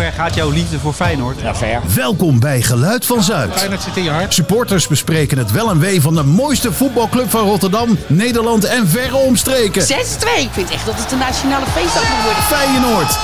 ver gaat jouw liefde voor Feyenoord? Ja, ver. Welkom bij Geluid van Zuid. Feyenoord zit in je hart. Supporters bespreken het wel en wee van de mooiste voetbalclub van Rotterdam, Nederland en verre omstreken. 6-2. Ik vind echt dat het de nationale feestdag moet worden. Feyenoord.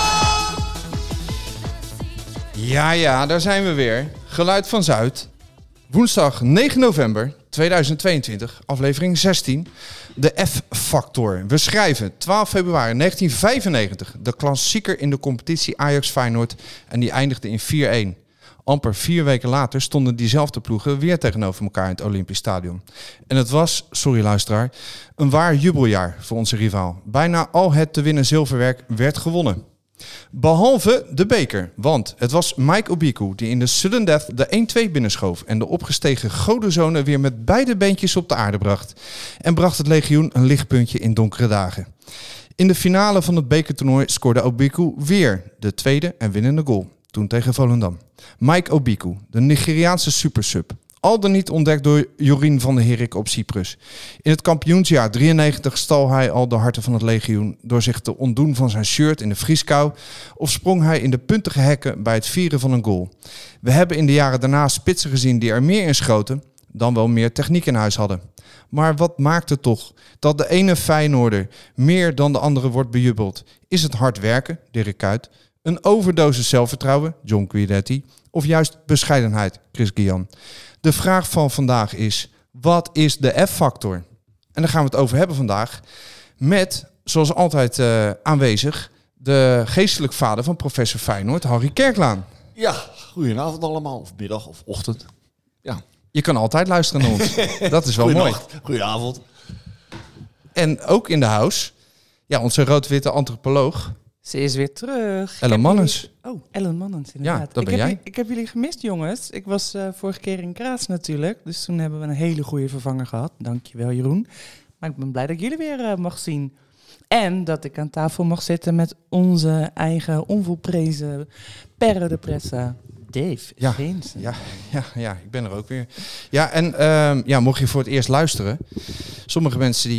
Ja, daar zijn we weer. Geluid van Zuid. Woensdag 9 november 2022, aflevering 16. De F-factor. We schrijven 12 februari 1995. De klassieker in de competitie Ajax-Feyenoord. En die eindigde in 4-1. Amper 4 weken later stonden diezelfde ploegen weer tegenover elkaar in het Olympisch Stadion. En het was, sorry luisteraar, een waar jubeljaar voor onze rivaal. Bijna al het te winnen zilverwerk werd gewonnen. Behalve de beker, want het was Mike Obiku die in de sudden death de 1-2 binnenschoof en de opgestegen godenzonen weer met beide beentjes op de aarde bracht. En bracht het legioen een lichtpuntje in donkere dagen. In de finale van het bekertoernooi scoorde Obiku weer de tweede en winnende goal, toen tegen Volendam. Mike Obiku, de Nigeriaanse supersub. Al dan niet ontdekt door Jorien van der Herik op Cyprus. In het kampioensjaar 93 stal hij al de harten van het legioen door zich te ontdoen van zijn shirt in de vrieskou of sprong hij in de puntige hekken bij het vieren van een goal. We hebben in de jaren daarna spitsen gezien die er meer in schoten dan wel meer techniek in huis hadden. Maar wat maakt het toch dat de ene Feyenoorder meer dan de andere wordt bejubeld? Is het hard werken, Dirk Kuyt, een overdosis zelfvertrouwen, John Guidetti, of juist bescheidenheid, Chris Guillan? De vraag van vandaag is, wat is de F-factor? En daar gaan we het over hebben vandaag met, zoals altijd aanwezig, de geestelijk vader van professor Feyenoord, Harry Kerklaan. Ja, goedenavond allemaal, of middag of ochtend. Ja. Je kan altijd luisteren naar ons. Dat is wel mooi. Goedenavond. En ook in de house, ja, onze rood-witte antropoloog, Ze is weer terug. Ellen Mannens. Oh, Ellen Mannens, inderdaad. Ja, dat ben jij. Ik heb jullie gemist, jongens. Ik was vorige keer in Graz natuurlijk. Dus toen hebben we een hele goede vervanger gehad. Dankjewel, Jeroen. Maar ik ben blij dat ik jullie weer mag zien. En dat ik aan tafel mag zitten met onze eigen onvolprezen perre de pressa, Dave Geensen. Ja, ik ben er ook weer. Ja, en mocht je voor het eerst luisteren. Sommige mensen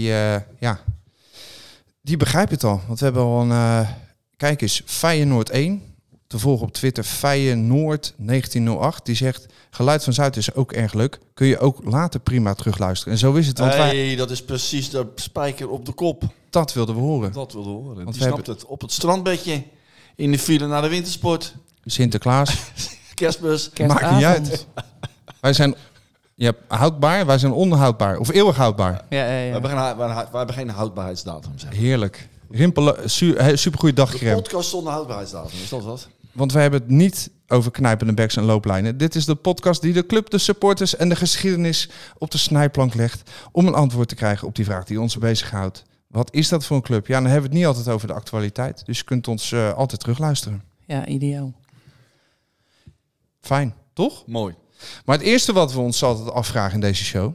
die begrijpen het al. Want we hebben al een... Kijk eens, Feyenoord 1, te volgen op Twitter, Feyenoord 1908. Die zegt, Geluid van Zuid is ook erg leuk. Kun je ook later prima terugluisteren. En zo is het. Want dat is precies de spijker op de kop. Dat wilden we horen. Dat wilden we horen. Want die snapt het. Op het strandbedje, in de file naar de wintersport. Sinterklaas. Kerstbus. Maakt niet uit. Wij zijn houdbaar, wij zijn onhoudbaar. Of eeuwig houdbaar. Ja. We hebben geen houdbaarheidsdatum. Zeg. Heerlijk. Supergoeie dagcrème. De podcast zonder houdbaarheidsdatum, is dat wat? Want wij hebben het niet over knijpende backs en looplijnen. Dit is de podcast die de club, de supporters en de geschiedenis op de snijplank legt om een antwoord te krijgen op die vraag die ons bezighoudt. Wat is dat voor een club? Ja, dan hebben we het niet altijd over de actualiteit. Dus je kunt ons altijd terugluisteren. Ja, ideaal. Fijn, toch? Mooi. Maar het eerste wat we ons altijd afvragen in deze show...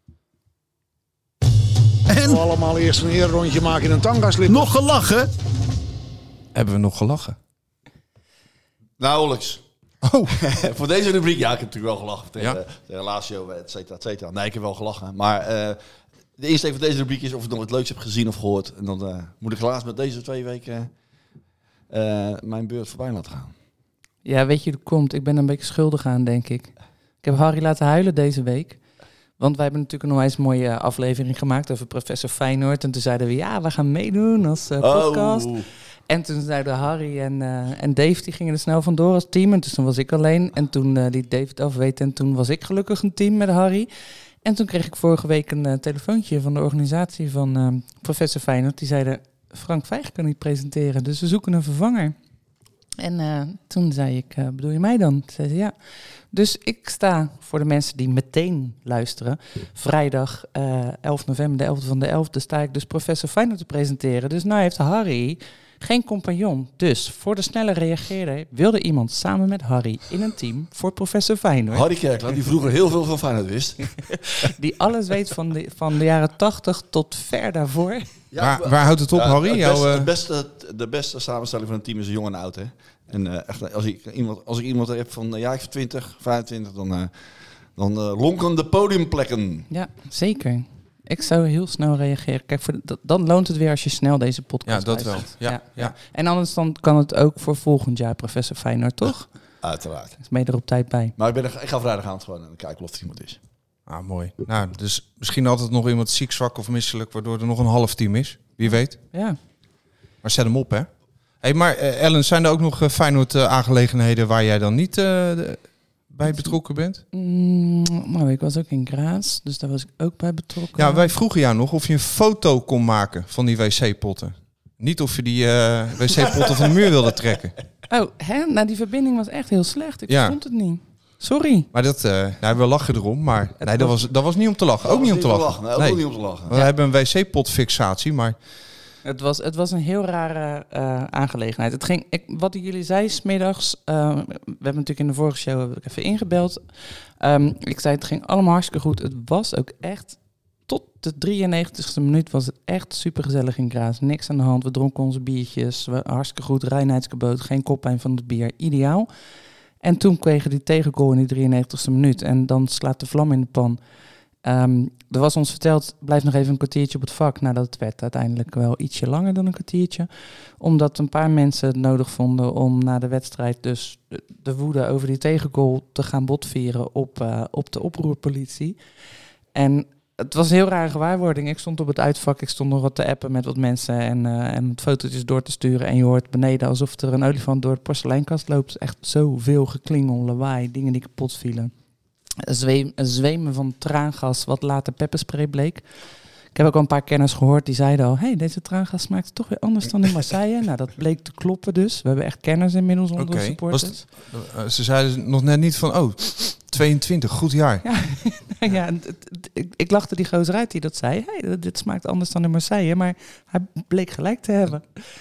En We allemaal eerst een eerrondje maken in een tangaslip. nog gelachen? Hebben we nog gelachen? Nauwelijks. Oh, Voor deze rubriek, ja, ik heb natuurlijk wel gelachen tegen Ja. de Lazio, et cetera, et cetera. Nee, ik heb wel gelachen. Maar de insteek van deze rubriek is of ik nog wat leuks heb gezien of gehoord. En dan moet ik helaas met deze 2 weken mijn beurt voorbij laten gaan. Ja, weet je hoe het komt? Ik ben een beetje schuldig aan, denk ik. Ik heb Harry laten huilen deze week. Want wij hebben natuurlijk een onwijs mooie aflevering gemaakt over professor Feyenoord. En toen zeiden we, ja, we gaan meedoen als podcast. Oh. En toen zeiden Harry en Dave, die gingen er snel vandoor als team. En dus toen was ik alleen. En toen liet Dave het afweten. En toen was ik gelukkig een team met Harry. En toen kreeg ik vorige week een telefoontje van de organisatie van professor Feyenoord. Die zeiden, Frank Vijg kan niet presenteren, dus we zoeken een vervanger. En toen zei ik, bedoel je mij dan? Toen zei ze, ja. Dus ik sta, voor de mensen die meteen luisteren, vrijdag 11 november, de 11e van de 11e, sta ik dus professor Feyenoord te presenteren. Dus nou heeft Harry geen compagnon. Dus voor de snelle reageerder wilde iemand samen met Harry in een team voor professor Feyenoord. Harry Kerklaan, die vroeger heel veel van Feyenoord wist. Die alles weet van de jaren 80 tot ver daarvoor. Ja, waar houdt het op, Harry? De beste samenstelling van een team is een jong en oud, hè? En echt, als ik iemand heb van ja, ik 20, 25, dan lonken de podiumplekken. Ja, zeker. Ik zou heel snel reageren. Kijk, dan loont het weer als je snel deze podcast Ja, dat wel. luistert. Ja. En anders dan kan het ook voor volgend jaar Professor Feyenoord, toch? Uiteraard. Is mee er op tijd bij. Maar ik ga vrijdagavond gewoon en dan kijken of er iemand is. Ah, mooi. Nou, dus misschien altijd nog iemand ziek, zwak of misselijk, waardoor er nog een half team is. Wie weet. Ja. Maar zet hem op, hè. Hey, maar Ellen, zijn er ook nog Feyenoord-aangelegenheden waar jij dan niet bij betrokken bent? Nou, ik was ook in Graz, dus daar was ik ook bij betrokken. Ja, wij vroegen jou nog of je een foto kon maken van die wc-potten. Niet of je die wc-potten van de muur wilde trekken. Oh, hè? Nou, die verbinding was echt heel slecht. Ik Ja. vond het niet. Sorry. Maar we lachen erom, maar nee, dat was niet om te lachen. Ook niet om te lachen. Nee, ook niet om te lachen. We hebben een wc-potfixatie, maar... Het was een heel rare aangelegenheid. Wat jullie zei 's middags, we hebben natuurlijk in de vorige show heb ik even ingebeld. Ik zei het ging allemaal hartstikke goed. Het was ook echt, tot de 93ste minuut was het echt supergezellig in Graz. Niks aan de hand, we dronken onze biertjes, hartstikke goed, reinheidskaboot, geen koppijn van het bier, ideaal. En toen kregen die tegengoal in die 93ste minuut en dan slaat de vlam in de pan. Er was ons verteld, blijf nog even een kwartiertje op het vak. Nou, dat werd uiteindelijk wel ietsje langer dan een kwartiertje. Omdat een paar mensen het nodig vonden om na de wedstrijd dus de woede over die tegengoal te gaan botvieren op de oproerpolitie. En het was een heel rare gewaarwording. Ik stond op het uitvak, ik stond nog wat te appen met wat mensen en fotootjes door te sturen. En je hoort beneden alsof er een olifant door de porseleinkast loopt. Echt zoveel geklingel, lawaai, dingen die kapot vielen. Een zwemen van traangas, wat later pepperspray bleek. Ik heb ook al een paar kenners gehoord die zeiden al... deze traangas smaakt toch weer anders dan in Marseille. Nou, dat bleek te kloppen dus. We hebben echt kenners inmiddels onder de supporters. Ze zeiden nog net niet van... 22, goed jaar. Ja, ik lachte die gozer uit die dat zei. Dit smaakt anders dan in Marseille. Maar hij bleek gelijk te hebben.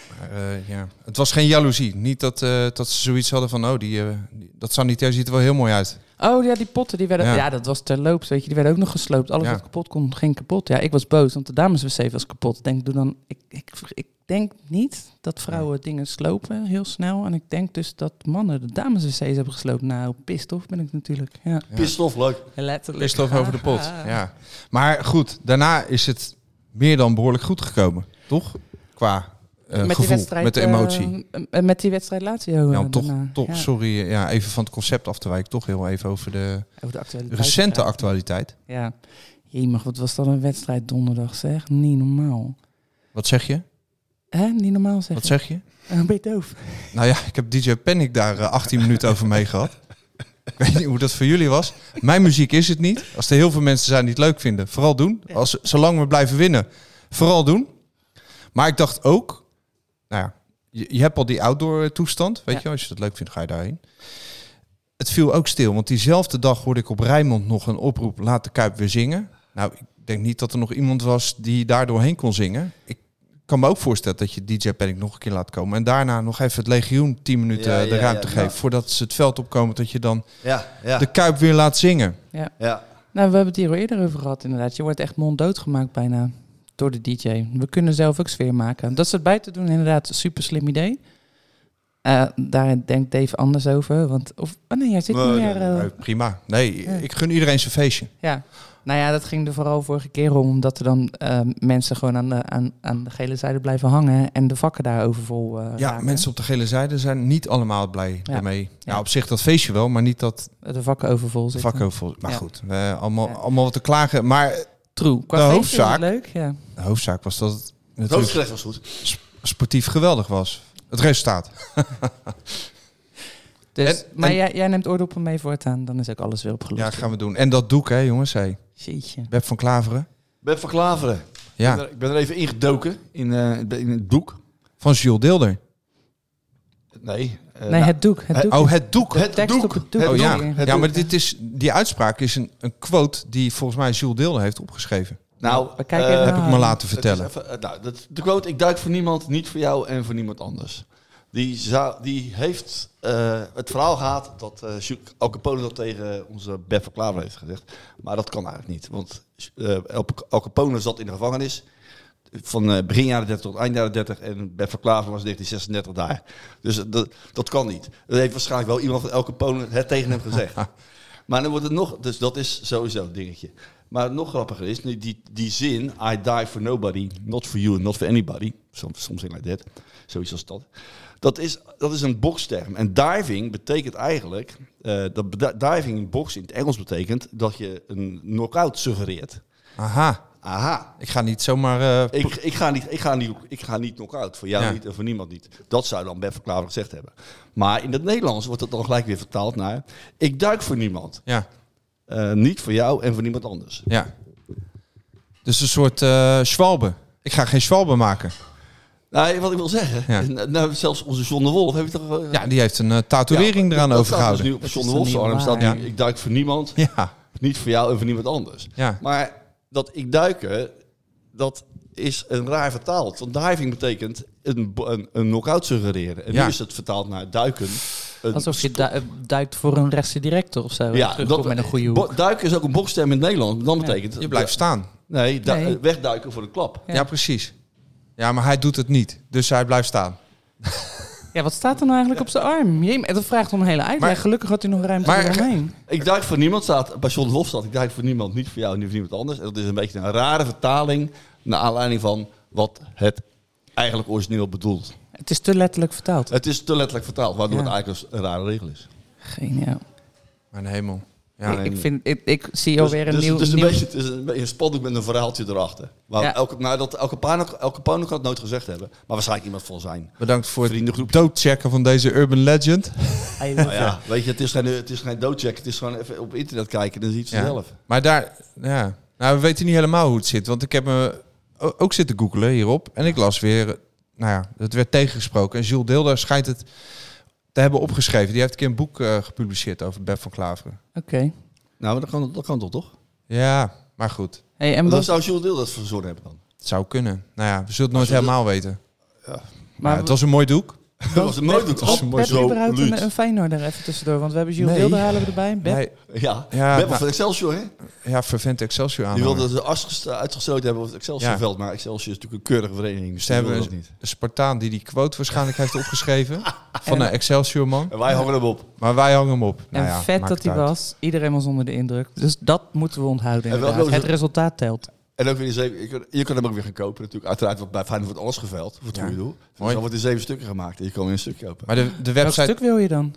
Het was geen jaloezie. Niet dat ze zoiets hadden van... dat sanitair ziet er wel heel mooi uit. Oh ja, die potten die werden... Ja, dat was terloops, weet je. Die werden ook nog gesloopt. Alles wat kapot kon, ging kapot. Ja, ik was boos, want de dameswc was kapot. Ik denk niet dat vrouwen dingen slopen heel snel. En ik denk dus dat mannen de dameswc's hebben gesloopt. Nou, pissed off ben ik natuurlijk. Ja. Pissed off, leuk. Letterlijk. Pissed off over de pot. Ja. Maar goed, daarna is het meer dan behoorlijk goed gekomen. Toch? Qua... gevoel, met de emotie. Met die wedstrijd Lazio. Ja, toch, sorry, even van het concept af te wijken. Toch heel even over de actualiteit, recente actualiteit. Ja. Jemig, wat was dat een wedstrijd donderdag, zeg? Niet normaal. Wat zeg je? Niet normaal, zeg. Wat zeg je? Ben je doof? Nou ja, ik heb DJ Panic daar 18 minuten over mee gehad. Ik weet niet hoe dat voor jullie was. Mijn muziek is het niet. Als er heel veel mensen zijn die het leuk vinden, vooral doen. Zolang we blijven winnen, vooral doen. Maar ik dacht ook... Nou ja, je hebt al die outdoor toestand, weet je. Als je dat leuk vindt, ga je daarheen. Het viel ook stil, want diezelfde dag hoorde ik op Rijnmond nog een oproep... laat de Kuip weer zingen. Nou, ik denk niet dat er nog iemand was die daar doorheen kon zingen. Ik kan me ook voorstellen dat je DJ Panic nog een keer laat komen... en daarna nog even het legioen 10 minuten de ruimte geeft... voordat ze het veld opkomen, dat je dan de Kuip weer laat zingen. Ja. Nou, we hebben het hier al eerder over gehad, inderdaad. Je wordt echt monddood gemaakt bijna... door de DJ. We kunnen zelf ook sfeer maken. Dat ze het buiten doen, inderdaad, een super slim idee. Daar denkt Dave anders over. Want, jij zit niet meer... prima. Nee, ik gun iedereen zijn feestje. Ja. Nou ja, dat ging er vooral vorige keer om... dat er dan mensen gewoon aan de gele zijde blijven hangen... en de vakken daar overvol raken. Mensen op de gele zijde zijn niet allemaal blij ermee. Ja, op zich dat feestje wel, maar niet dat... De vakken overvol zitten. De vakken overvol. Maar goed, allemaal wat te klagen. Maar... True. De hoofdzaak, leuk, ja. De hoofdzaak was dat het natuurlijk was goed. Sportief geweldig was. Het resultaat. Dus, jij neemt oordoppen mee voortaan, dan is ook alles weer opgelost. Ja, gaan we doen. En dat doek, hè jongens. Jeetje. Beb van Klaveren. Beb van Klaveren. Ja. Ik ben er even ingedoken in het doek. Van Jules Deelder. Nee. Het doek. Het doek. Het doek. Het tekst op het doek. Oh ja, maar die uitspraak is een quote die volgens mij Jules Deelder heeft opgeschreven. Nou, heb ik me laten vertellen. De quote, ik duik voor niemand, niet voor jou en voor niemand anders. Die heeft het verhaal gehad dat Al Capone dat tegen onze Beb van Klaver heeft gezegd. Maar dat kan eigenlijk niet, want Al Capone zat in de gevangenis. Van begin jaren 30 tot eind jaren 30 en Beb van Klaver was 1936 daar. Dus dat kan niet. Dat heeft waarschijnlijk wel iemand van El Capone het tegen hem gezegd. Maar dan wordt het nog... Dus dat is sowieso een dingetje. Maar het nog grappiger is, die zin... I die for nobody, not for you, not for anybody. Something like that. Zoiets als dat. Dat is een boksterm. En diving betekent eigenlijk... diving in boksen in het Engels betekent... dat je een knock-out suggereert. Aha. Ik ga niet zomaar... Ik ga niet knock-out. Voor jou niet en voor niemand niet. Dat zou dan Bert van Klaveren gezegd hebben. Maar in het Nederlands wordt het dan gelijk weer vertaald naar... Ik duik voor niemand. Ja. Niet voor jou en voor niemand anders. Ja. Dus een soort schwalbe. Ik ga geen schwalbe maken. Nou, wat ik wil zeggen... Nou, zelfs onze John de Wolf... Heb je toch, ja, die heeft een tatoeëring eraan overgehouden. Dus nu op John de Wolf's arm staat nu... Ik duik voor niemand. Ja. Niet voor jou en voor niemand anders. Ja. Maar dat ik duiken... Dat is een raar vertaald. Want diving betekent een knock-out suggereren. En nu is het vertaald naar duiken. Alsof je duikt voor een rechtse director of zo. Ja, dat met een goede hoek. Duiken is ook een boksterm in Nederland. Dan betekent Je blijft staan. Nee, wegduiken voor de klap. Ja, precies. Ja, maar hij doet het niet. Dus hij blijft staan. Ja, wat staat er nou eigenlijk op zijn arm? Dat vraagt om een hele uitleg. Maar, gelukkig had hij nog ruimte eromheen. Ik duik voor niemand staat... Bij John de Wolf staat... Ik duik voor niemand, niet voor jou, niet voor niemand anders. En dat is een beetje een rare vertaling... naar aanleiding van wat het eigenlijk origineel bedoelt. Het is te letterlijk vertaald. Het is te letterlijk vertaald, waardoor het eigenlijk een rare regel is. Geniaal. Mijn hemel. Ja, ik zie alweer een nieuw... Het is een beetje spanning met een verhaaltje erachter. Maar elke pano kan het nooit gezegd hebben. Maar waarschijnlijk iemand van zijn. Bedankt voor het doodchecken van deze urban legend. Ja, weet je, het is geen doodcheck. Het is gewoon even op internet kijken. Dan ziet ze zelf. Maar daar... Ja. Nou, we weten niet helemaal hoe het zit. Want ik heb me ook zitten googlen hierop. En ik las weer... Nou ja, het werd tegengesproken. En Jules Deelder schijnt het te hebben opgeschreven. Die heeft een keer een boek gepubliceerd over Bert van Klaveren. Oké. Nou, maar dat kan toch? Ja, maar goed. Hey, en dan zou Jules Deelder dat verzonnen hebben dan? Het zou kunnen. Nou ja, we zullen het nooit helemaal weten. Ja. Maar het was een mooi doek. Dat was een mooi doek. Bert überhaupt een Feyenoorder even tussendoor? Want we hebben Jules Deelder halen we erbij. Bert? Bert was van Excelsior, hè? Ja, vervent Excelsior aan. Die wilde de as uitgestoten hebben op het Excelsiorveld. Maar Excelsior is natuurlijk een keurige vereniging. Dus ze hebben een Spartaan die quote waarschijnlijk heeft opgeschreven. Van een Excelsior man. En wij hangen hem op. Maar wij hangen hem op. En vet dat hij was. Iedereen was onder de indruk. Dus dat moeten we onthouden. Het resultaat telt. En ook weer je kan hem ook weer gaan kopen natuurlijk. Uiteraard wordt bij Feyenoord wordt alles geveild. Voor het goede doel. Dus dan wordt er 7 stukken gemaakt. En je kan weer een stuk kopen. Maar de website... Welk stuk wil je dan?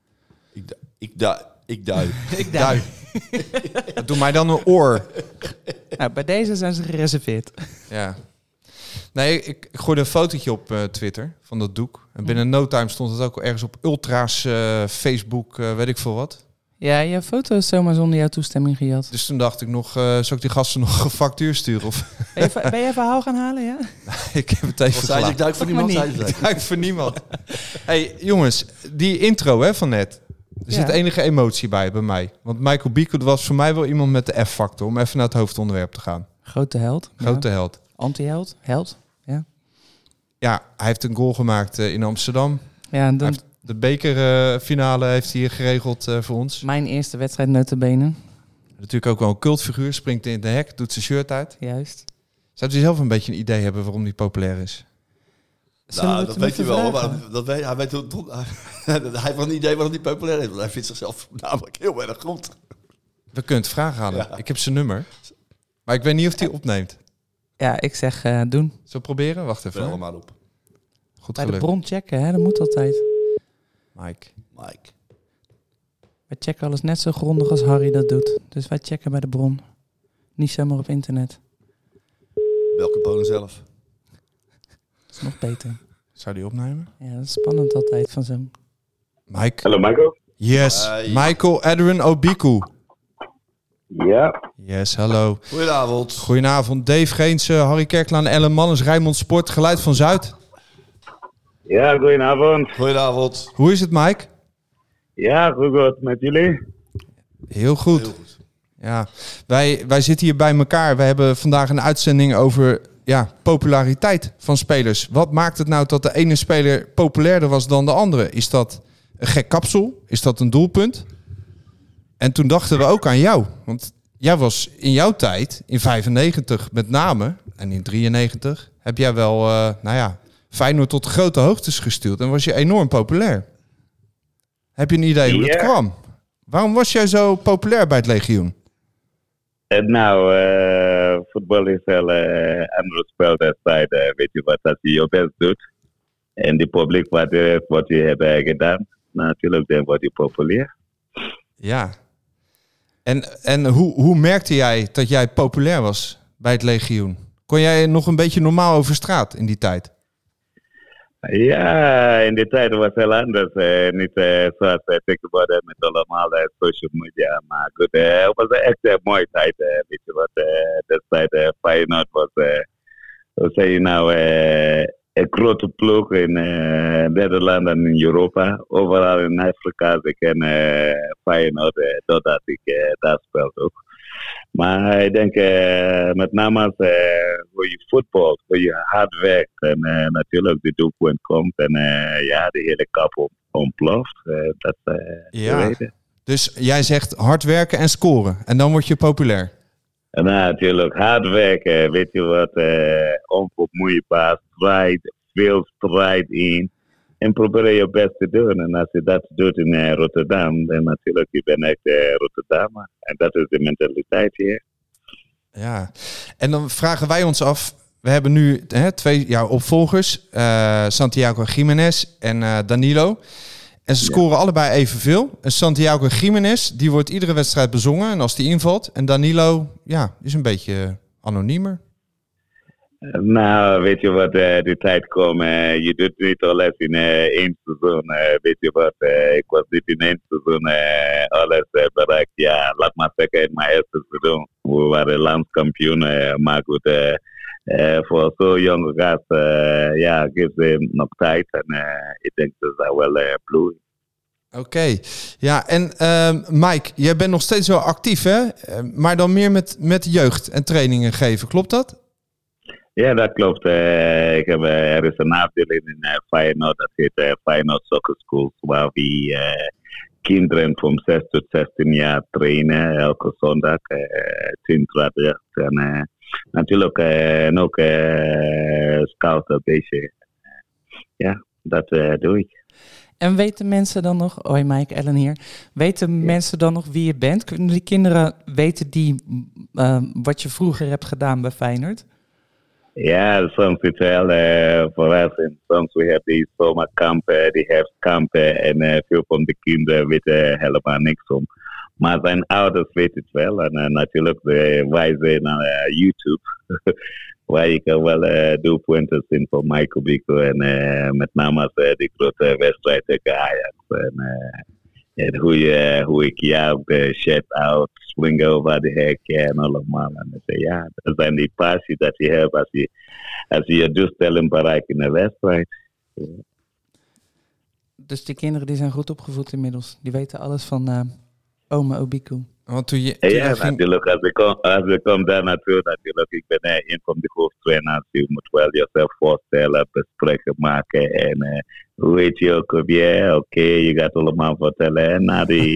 Ik duik. Doe mij dan een oor. Nou, bij deze zijn ze gereserveerd. Ja. Nee, ik gooide een fotootje op Twitter van dat doek. En binnen no time stond het ook ergens op Ultra's Facebook, weet ik veel wat. Ja, je foto is zomaar zonder jouw toestemming gejat. Dus toen dacht ik nog, zou ik die gasten nog een factuur sturen? Of? Ben je verhaal gaan halen, ja? Ik heb het even gelaten. Ik duik voor niemand. Ik duik voor niemand. Hey, jongens, die intro van net. Er zit enige emotie bij mij. Want Michael Bieke was voor mij wel iemand met de F-factor. Om even naar het hoofdonderwerp te gaan. Grote held. Grote held. Anti-held. Held. Ja. Ja, hij heeft een goal gemaakt in Amsterdam. Ja, en dan... De bekerfinale heeft hij geregeld voor ons. Mijn eerste wedstrijd nota bene. Natuurlijk ook wel een cultfiguur. Springt in de hek, doet zijn shirt uit. Juist. Zou hij zelf een beetje een idee hebben waarom hij populair is? Nou, dat weet hij wel. Maar hij weet hij heeft wel een idee waarom hij populair is. Want hij vindt zichzelf namelijk heel erg goed. We kunnen het vragen aan hem. Ja. Ik heb zijn nummer. Maar ik weet niet of hij opneemt. Ja, ik zeg doen. Zullen we proberen? Wacht even. Bel maar op. Goed bij geluk. De bron checken, hè? Dat moet altijd. Mike. Wij checken alles net zo grondig als Harry dat doet. Dus wij checken bij de bron. Niet zomaar op internet. Welke Polen zelf? Dat is nog beter. Zou die opnemen? Ja, dat is spannend altijd van zo'n... Mike. Hallo Michael. Yes. Michael Adrian Obiku. Ja. Yes, hallo. Goedenavond. Goedenavond. Dave Geense, Harry Kerklaan, Ellen Manners, Rijnmond Sport, Geluid van Zuid. Ja, goedenavond. Goedenavond. Hoe is het, Mike? Ja, goed. Met jullie? Heel goed. Ja, wij zitten hier bij elkaar. We hebben vandaag een uitzending over populariteit van spelers. Wat maakt het nou dat de ene speler populairder was dan de andere? Is dat een gek kapsel? Is dat een doelpunt? En toen dachten we ook aan jou. Want jij was in jouw tijd, in 95 met name, en in 93, heb jij wel, Feyenoord tot grote hoogtes gestuurd. En was je enorm populair. Heb je een idee hoe dat kwam? Waarom was jij zo populair bij het legioen? Voetbal is wel een andere spelwedstrijd. Weet je wat, als je je best doet en de publiek waardeert wat je hebt gedaan, natuurlijk dan word je populair. Ja. En hoe merkte jij dat jij populair was bij het legioen? Kon jij nog een beetje normaal over straat in die tijd? Ja, in die tijd was het heel anders. Niet zoals tegenwoordig met allemaal social media. Maar goed, het was echt een mooie tijd. Weet je wat, destijds Feyenoord was, hoe zeg je nou, een grote ploeg in Nederland en in Europa. Overal in Afrika. Ik ken Feyenoord doordat ik daar speelde ook. Maar ik denk met name hoe je voetbalt, hoe je hard werkt en natuurlijk de doelpunt komt en de hele kap ontploft. Dat is de reden. Dus jij zegt hard werken en scoren en dan word je populair? En natuurlijk hard werken, weet je wat, onvermoeibaar, veel strijd in. En probeer je best te doen. En als je dat doet in Rotterdam, dan natuurlijk je bent echt Rotterdammer. En dat is de mentaliteit hier. Ja, en dan vragen wij ons af. We hebben nu 2 jouw opvolgers, Santiago Gimenez en Danilo. En ze scoren allebei evenveel. En Santiago Gimenez, die wordt iedere wedstrijd bezongen. En als die invalt. En Danilo, is een beetje anoniemer. Nou, weet je wat, die tijd komt. Je doet niet alles in 1 seizoen. Weet je wat, ik was niet in 1 seizoen alles bereikt. Ja, laat maar zeggen, in mijn eerste seizoen. We waren landskampioen. Maar goed, voor zo'n jonge gast, geef ze nog tijd. En ik denk dat ze wel bloeien. Oké. Ja, en Mike, jij bent nog steeds wel actief, hè? Maar dan meer met jeugd en trainingen geven. Klopt dat? Ja, dat klopt. Er is een afdeling in Feyenoord, dat heet Feyenoord Soccer School, waar we kinderen van 6 tot 16 jaar trainen, elke zondag, 10 traject. En natuurlijk ook scouten een beetje. Ja, dat doe ik. En weten mensen dan nog, hoi Mike, Ellen hier, weten mensen dan nog wie je bent? Kunnen die kinderen weten wat je vroeger hebt gedaan bij Feyenoord? Ja, soms is wel voor ons. En soms we hebben die zomerkampen, die herfstkampen en veel van de kinderen weten helemaal niks om. Maar zijn ouders weten het wel. En natuurlijk, wij zijn naar YouTube, waar je kan wel doelpunten zien van Michael Bico. En met name die grote wedstrijd tegen Ajax. En hoe ik jou de shit out, swing over de hek en allemaal. En ja, dat zijn die passie dat je hebt als je doelstelling bereikt in een wedstrijd. Ja. Dus die kinderen die zijn goed opgevoed inmiddels. Die weten alles van oma Obiku. Want toen natuurlijk. Als je komt daar naartoe, natuurlijk. Ik ben een van de hoofdtrainers. Je moet wel jezelf voorstellen, bespreken maken. En hoe heet je ook weer? Oké, je gaat allemaal vertellen. En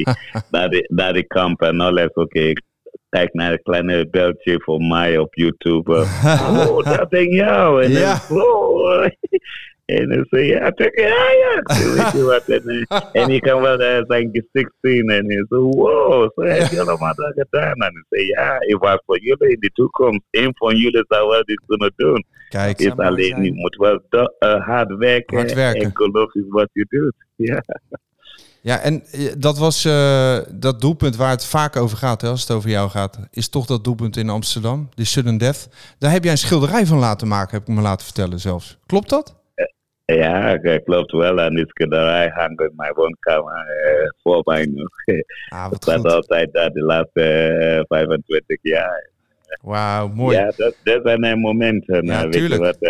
na die kamp en alles. Oké, kijk naar een kleine beeldje van mij op YouTube. Dat denk jou. En en dan zeg je, weet je wat. En je kan wel zijn gezicht zien en je zegt, wow, zo heb je allemaal dat gedaan. En dan zeg je, het was voor jullie in de toekomst. Een van jullie zou wel dit kunnen doen. Kijk, is alleen, je moet wel hard werken en geloof in wat je doet. Ja. Ja, en dat was dat doelpunt waar het vaak over gaat, hè, als het over jou gaat, is toch dat doelpunt in Amsterdam, die sudden death. Daar heb jij een schilderij van laten maken, heb ik me laten vertellen zelfs. Klopt dat? Ja, klopt wel. En die schilderij hangt in mijn woonkamer voor mij nog. Wat dat is altijd daar de laatste 25 jaar. Wauw, mooi. Ja, dat zijn momenten. Ja, weet je wat?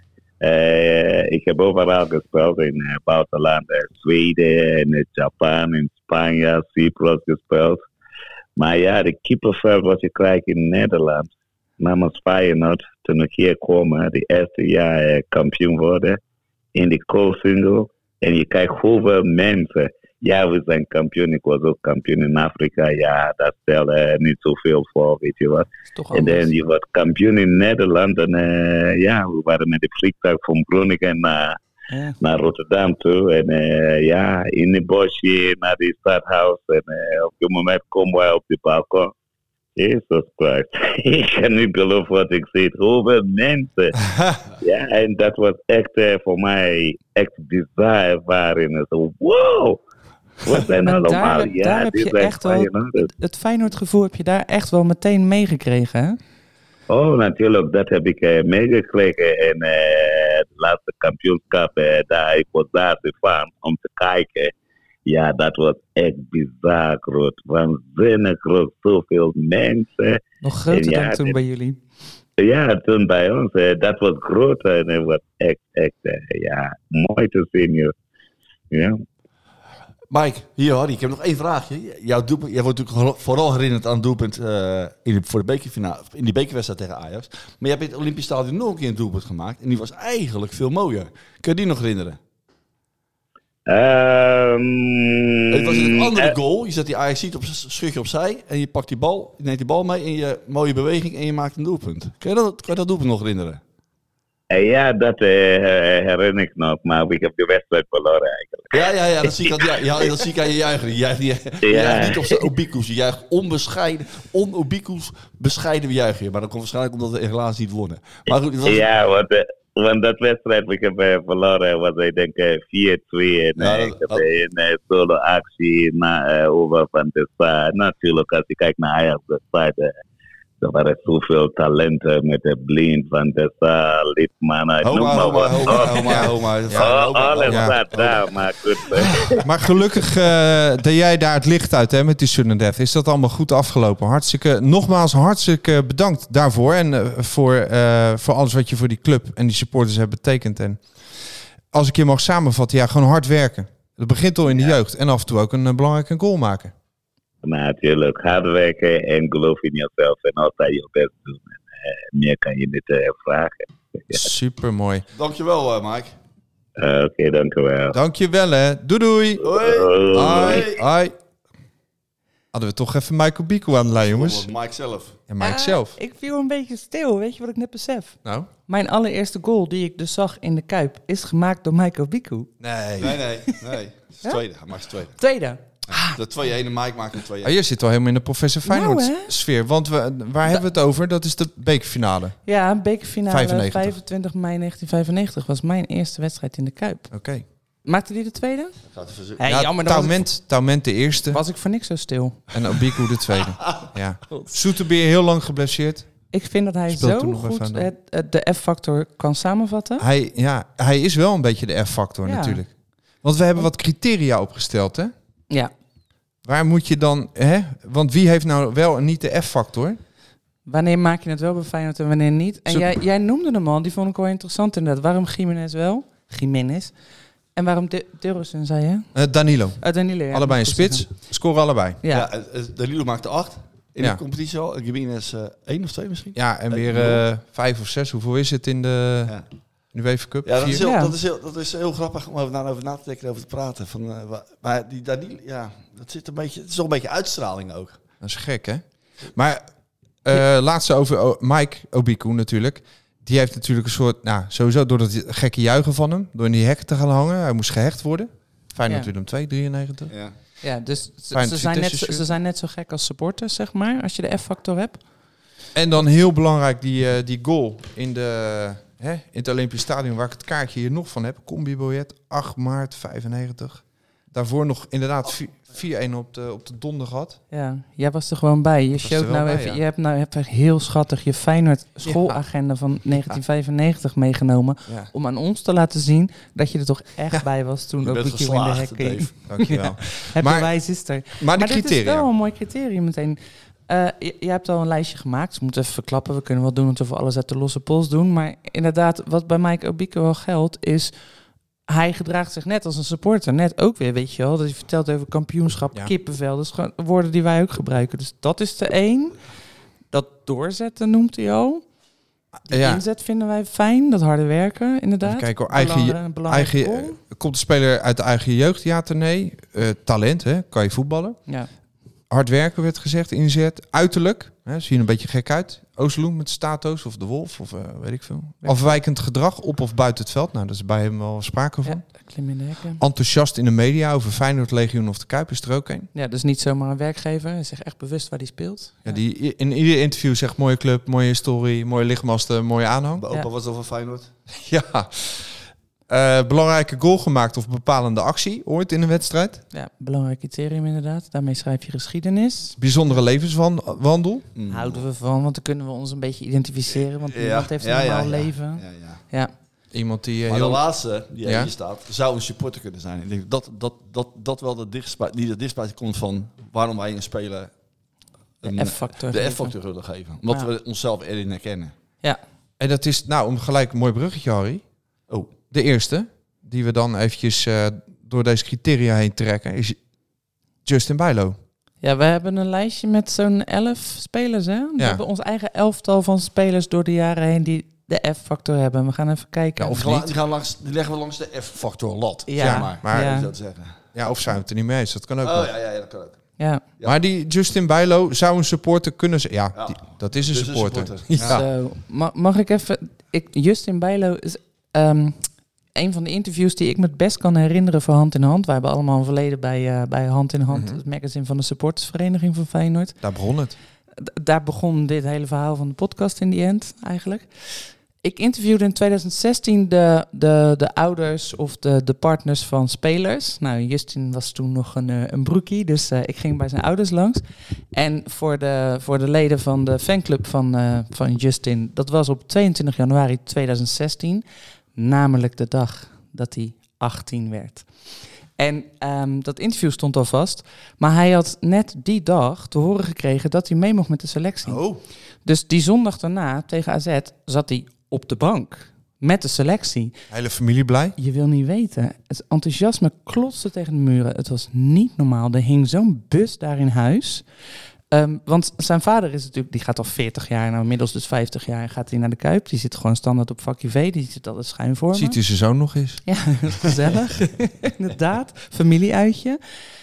Ik heb overal gespeeld in het buitenland. Zweden, in Japan, in Spanje, Cyprus gespeeld. Maar ja, de keeperveld wat je krijgt in Nederland, namens Feyenoord, toen ik hier kwam, de eerste jaar kampioen worden in de co-single. En je kijkt hoeveel mensen. Ja, we zijn kampioen. Ik was ook kampioen in Afrika. Ja, dat stelde niet zoveel voor, weet je wat. En dan je wordt kampioen in Nederland. En we waren met de vliegtuig van Groningen naar Rotterdam toe. En in het bosje naar die stadhuis. En op dit moment komen wij op de balkon. Jesus Christ. Ik kan niet geloven wat ik zie. Hoeveel mensen. En dat was echt voor mij echt bizar ervaring. So, wow. Wat zijn allemaal? Daar heb je echt wel, het Feyenoord gevoel heb je daar echt wel meteen meegekregen, hè? Oh, natuurlijk. Dat heb ik meegekregen. En het laatste kampioenschap, ik was daar van om te kijken. Ja, dat was echt bizar groot. Waanzinnig groot. Zoveel mensen. Nog groter dan toen bij jullie. Ja, toen bij ons. Dat was groot. En het was echt mooi te zien. Ja. Mike, hier Harry, ik heb nog één vraagje. Jouw doelpunt, jij wordt natuurlijk vooral herinnerd aan het doelpunt voor de bekerfinale, in die bekerwedstrijd tegen Ajax. Maar je hebt in het Olympisch Stadion nog een keer een doelpunt gemaakt. En die was eigenlijk veel mooier. Kun je die nog herinneren? Het was een andere goal. Je zet die Ajax op schutje opzij en je pakt die bal, je neemt die bal mee in je mooie beweging en je maakt een doelpunt. Kun je dat doelpunt nog herinneren? Ja, dat herinner ik nog, maar ik heb de wedstrijd verloren eigenlijk. Ja, dat zie ik aan je juichen. Je juicht niet op zijn obikus, je juicht onobikus bescheiden juichen. Maar dat komt waarschijnlijk omdat we helaas niet wonnen. Maar goed, want dat wedstrijd ik heb verloren was ik denk 4-2 en ik heb een solo actie over Van der Sar. Natuurlijk, als je kijkt naar Ajax wedstrijd, er waren zoveel talenten met de Blind, Van der Sar, Liedman, noem maar wat. Alles staat daar, maar goed. Maar gelukkig deed jij daar het licht uit hè, met die sudden death. Is dat allemaal goed afgelopen? Nogmaals hartstikke bedankt daarvoor. En voor alles wat je voor die club en die supporters hebt betekend. En als ik je mag samenvatten, gewoon hard werken. Dat begint al in de jeugd. En af en toe ook een belangrijke goal maken. Natuurlijk, hard werken en geloof in jezelf en altijd je best doen. En meer kan je niet vragen. Super mooi. Dankjewel, Mike. Oké, dankjewel. Dankjewel, hè. Doei. Hoi. Hadden we toch even Michael Bico aan de lijn, jongens? Mike zelf. Ja, Mike zelf. Ik viel een beetje stil. Weet je wat ik net besef? Nou? Mijn allereerste goal die ik dus zag in de Kuip is gemaakt door Michael Bico. Nee. Het is tweede. Hij maakt de tweede. De 2-1 en Mike maakt een 2-1. Je zit wel helemaal in de Professor Feyenoord sfeer. Want waar hebben we het over? Dat is de bekerfinale. Ja, bekerfinale 95. 25 mei 1995 was mijn eerste wedstrijd in de Kuip. Oké. Maakte die de tweede? Jammer. Taument de eerste. Was ik voor niks zo stil. En Obiku de tweede. Ja. Soeterbeer heel lang geblesseerd. Ik vind dat hij zo goed de F-factor kan samenvatten. Hij is wel een beetje de F-factor natuurlijk. Want we hebben wat criteria opgesteld, hè? Ja. Waar moet je dan... Want wie heeft nou wel en niet de F-factor? Wanneer maak je het wel bij Feyenoord en wanneer niet? En jij noemde hem al, die vond ik wel interessant inderdaad. Waarom Gimenez wel? Gimenez. En waarom Derosun, zei je? Danilo. Danilo, ja. Allebei een spits. Scoren allebei. Ja, Danilo maakte 8 in de competitie al. Gimenez 1 of 2 misschien. Ja, en weer 5 of 6. Hoeveel is het in de... Nu UEFA Cup. Ja, dat is heel grappig om over na te denken, over te praten. Maar die Danilo, dat zit een beetje. Het is toch een beetje uitstraling ook. Dat is gek, hè? Maar laatste over Mike Obiku natuurlijk. Die heeft natuurlijk een soort, sowieso door dat gekke juichen van hem, door in die hekken te gaan hangen. Hij moest gehecht worden. Feyenoord Willem 2, 93. Ja, dus ze zijn net zo gek als supporters, zeg maar, als je de F-factor hebt. En dan heel belangrijk die goal in het Olympisch Stadion, waar ik het kaartje hier nog van heb. Combi-biljet, 8 maart 95. Daarvoor nog inderdaad 4-1 op de donder gehad. Ja, jij was er gewoon bij. Je showt nou even. Ja. Je hebt echt heel schattig je Feyenoord schoolagenda van 1995 meegenomen. Ja. Om aan ons te laten zien dat je er toch echt bij was toen ook in de hekken. Dankjewel. Het bewijs is er. Maar de criteria. Dit is wel een mooi criterium meteen. Je hebt al een lijstje gemaakt. Dus we moeten even verklappen. We kunnen wel doen alsof we alles uit de losse pols doen. Maar inderdaad, wat bij Mike Obiku wel geldt, is hij gedraagt zich net als een supporter. Net ook weer, weet je wel. Dat hij vertelt over kampioenschap, kippenvel. Dat is gewoon woorden die wij ook gebruiken. Dus dat is de één. Dat doorzetten noemt hij al. De inzet vinden wij fijn. Dat harde werken, inderdaad. Kijk hoor, komt de speler uit de eigen jeugd? Ja, nee. Talent, hè? Kan je voetballen? Ja. Hard werken werd gezegd, inzet. Uiterlijk, hè, zie je een beetje gek uit. Oosloen met Statos of de Wolf of weet ik veel. Afwijkend gedrag op of buiten het veld. Nou, dat is bij hem wel sprake van. Ja, klim in de hekken. Enthousiast in de media over Feyenoord, Legioen of de Kuip is er ook een. Ja, dus niet zomaar een werkgever. Hij zegt echt bewust waar hij speelt. Ja, die in ieder interview zegt mooie club, mooie historie, mooie lichtmasten, mooie aanhang. Bij opa was het over Feyenoord. Ja. Belangrijke goal gemaakt of bepalende actie ooit in een wedstrijd. Ja, belangrijk criterium inderdaad. Daarmee schrijf je geschiedenis. Bijzondere levenswandel. Houden we van, want dan kunnen we ons een beetje identificeren. Want niemand heeft een normaal leven. Ja. Iemand die Maar de laatste die hier staat, zou een supporter kunnen zijn. Ik denk dat wel de dichtstbij komt van waarom wij een speler de F-factor willen geven. Omdat we onszelf erin herkennen. Ja. En dat is, nou, om gelijk een mooi bruggetje, Harry. Oh. De eerste, die we dan eventjes door deze criteria heen trekken, is Justin Bijlo. Ja, we hebben een lijstje met zo'n 11 spelers, hè? We hebben ons eigen elftal van spelers door de jaren heen die de F-factor hebben. We gaan even kijken. Ja, of die, niet. Die leggen we langs de F-factor lat. Ja, zeg maar. Ja. Dat zeggen. Ja, of zijn we het er niet mee eens? Dat kan ook wel. Ja, dat kan ook. Ja. Maar die Justin Bijlo zou een supporter kunnen zijn. Ja, dat is een Dus supporter. Ja. Zo, mag ik even... Justin Bijlo is een van de interviews die ik me het best kan herinneren voor Hand in Hand. We hebben allemaal een verleden bij Hand in Hand, het magazine van de supportersvereniging van Feyenoord. Daar begon het. Daar begon dit hele verhaal van de podcast in die end eigenlijk. Ik interviewde in 2016 de ouders of de partners van spelers. Nou, Justin was toen nog een broekie, dus ik ging bij zijn ouders langs. En voor de leden van de fanclub van Justin, dat was op 22 januari 2016, namelijk de dag dat hij 18 werd. En dat interview stond al vast, maar hij had net die dag te horen gekregen dat hij mee mocht met de selectie. Oh. Dus die zondag daarna tegen AZ zat hij op de bank met de selectie. Hele familie blij. Je wil niet weten. Het enthousiasme klotste tegen de muren. Het was niet normaal. Er hing zo'n bus daar in huis. Want zijn vader is natuurlijk, die gaat al 40 jaar, nou inmiddels dus 50 jaar, gaat hij naar de Kuip. Die zit gewoon standaard op vakje V. Die zit altijd schuin voor me. Ziet hij zijn zoon nog eens? Ja, gezellig. Inderdaad. Familieuitje.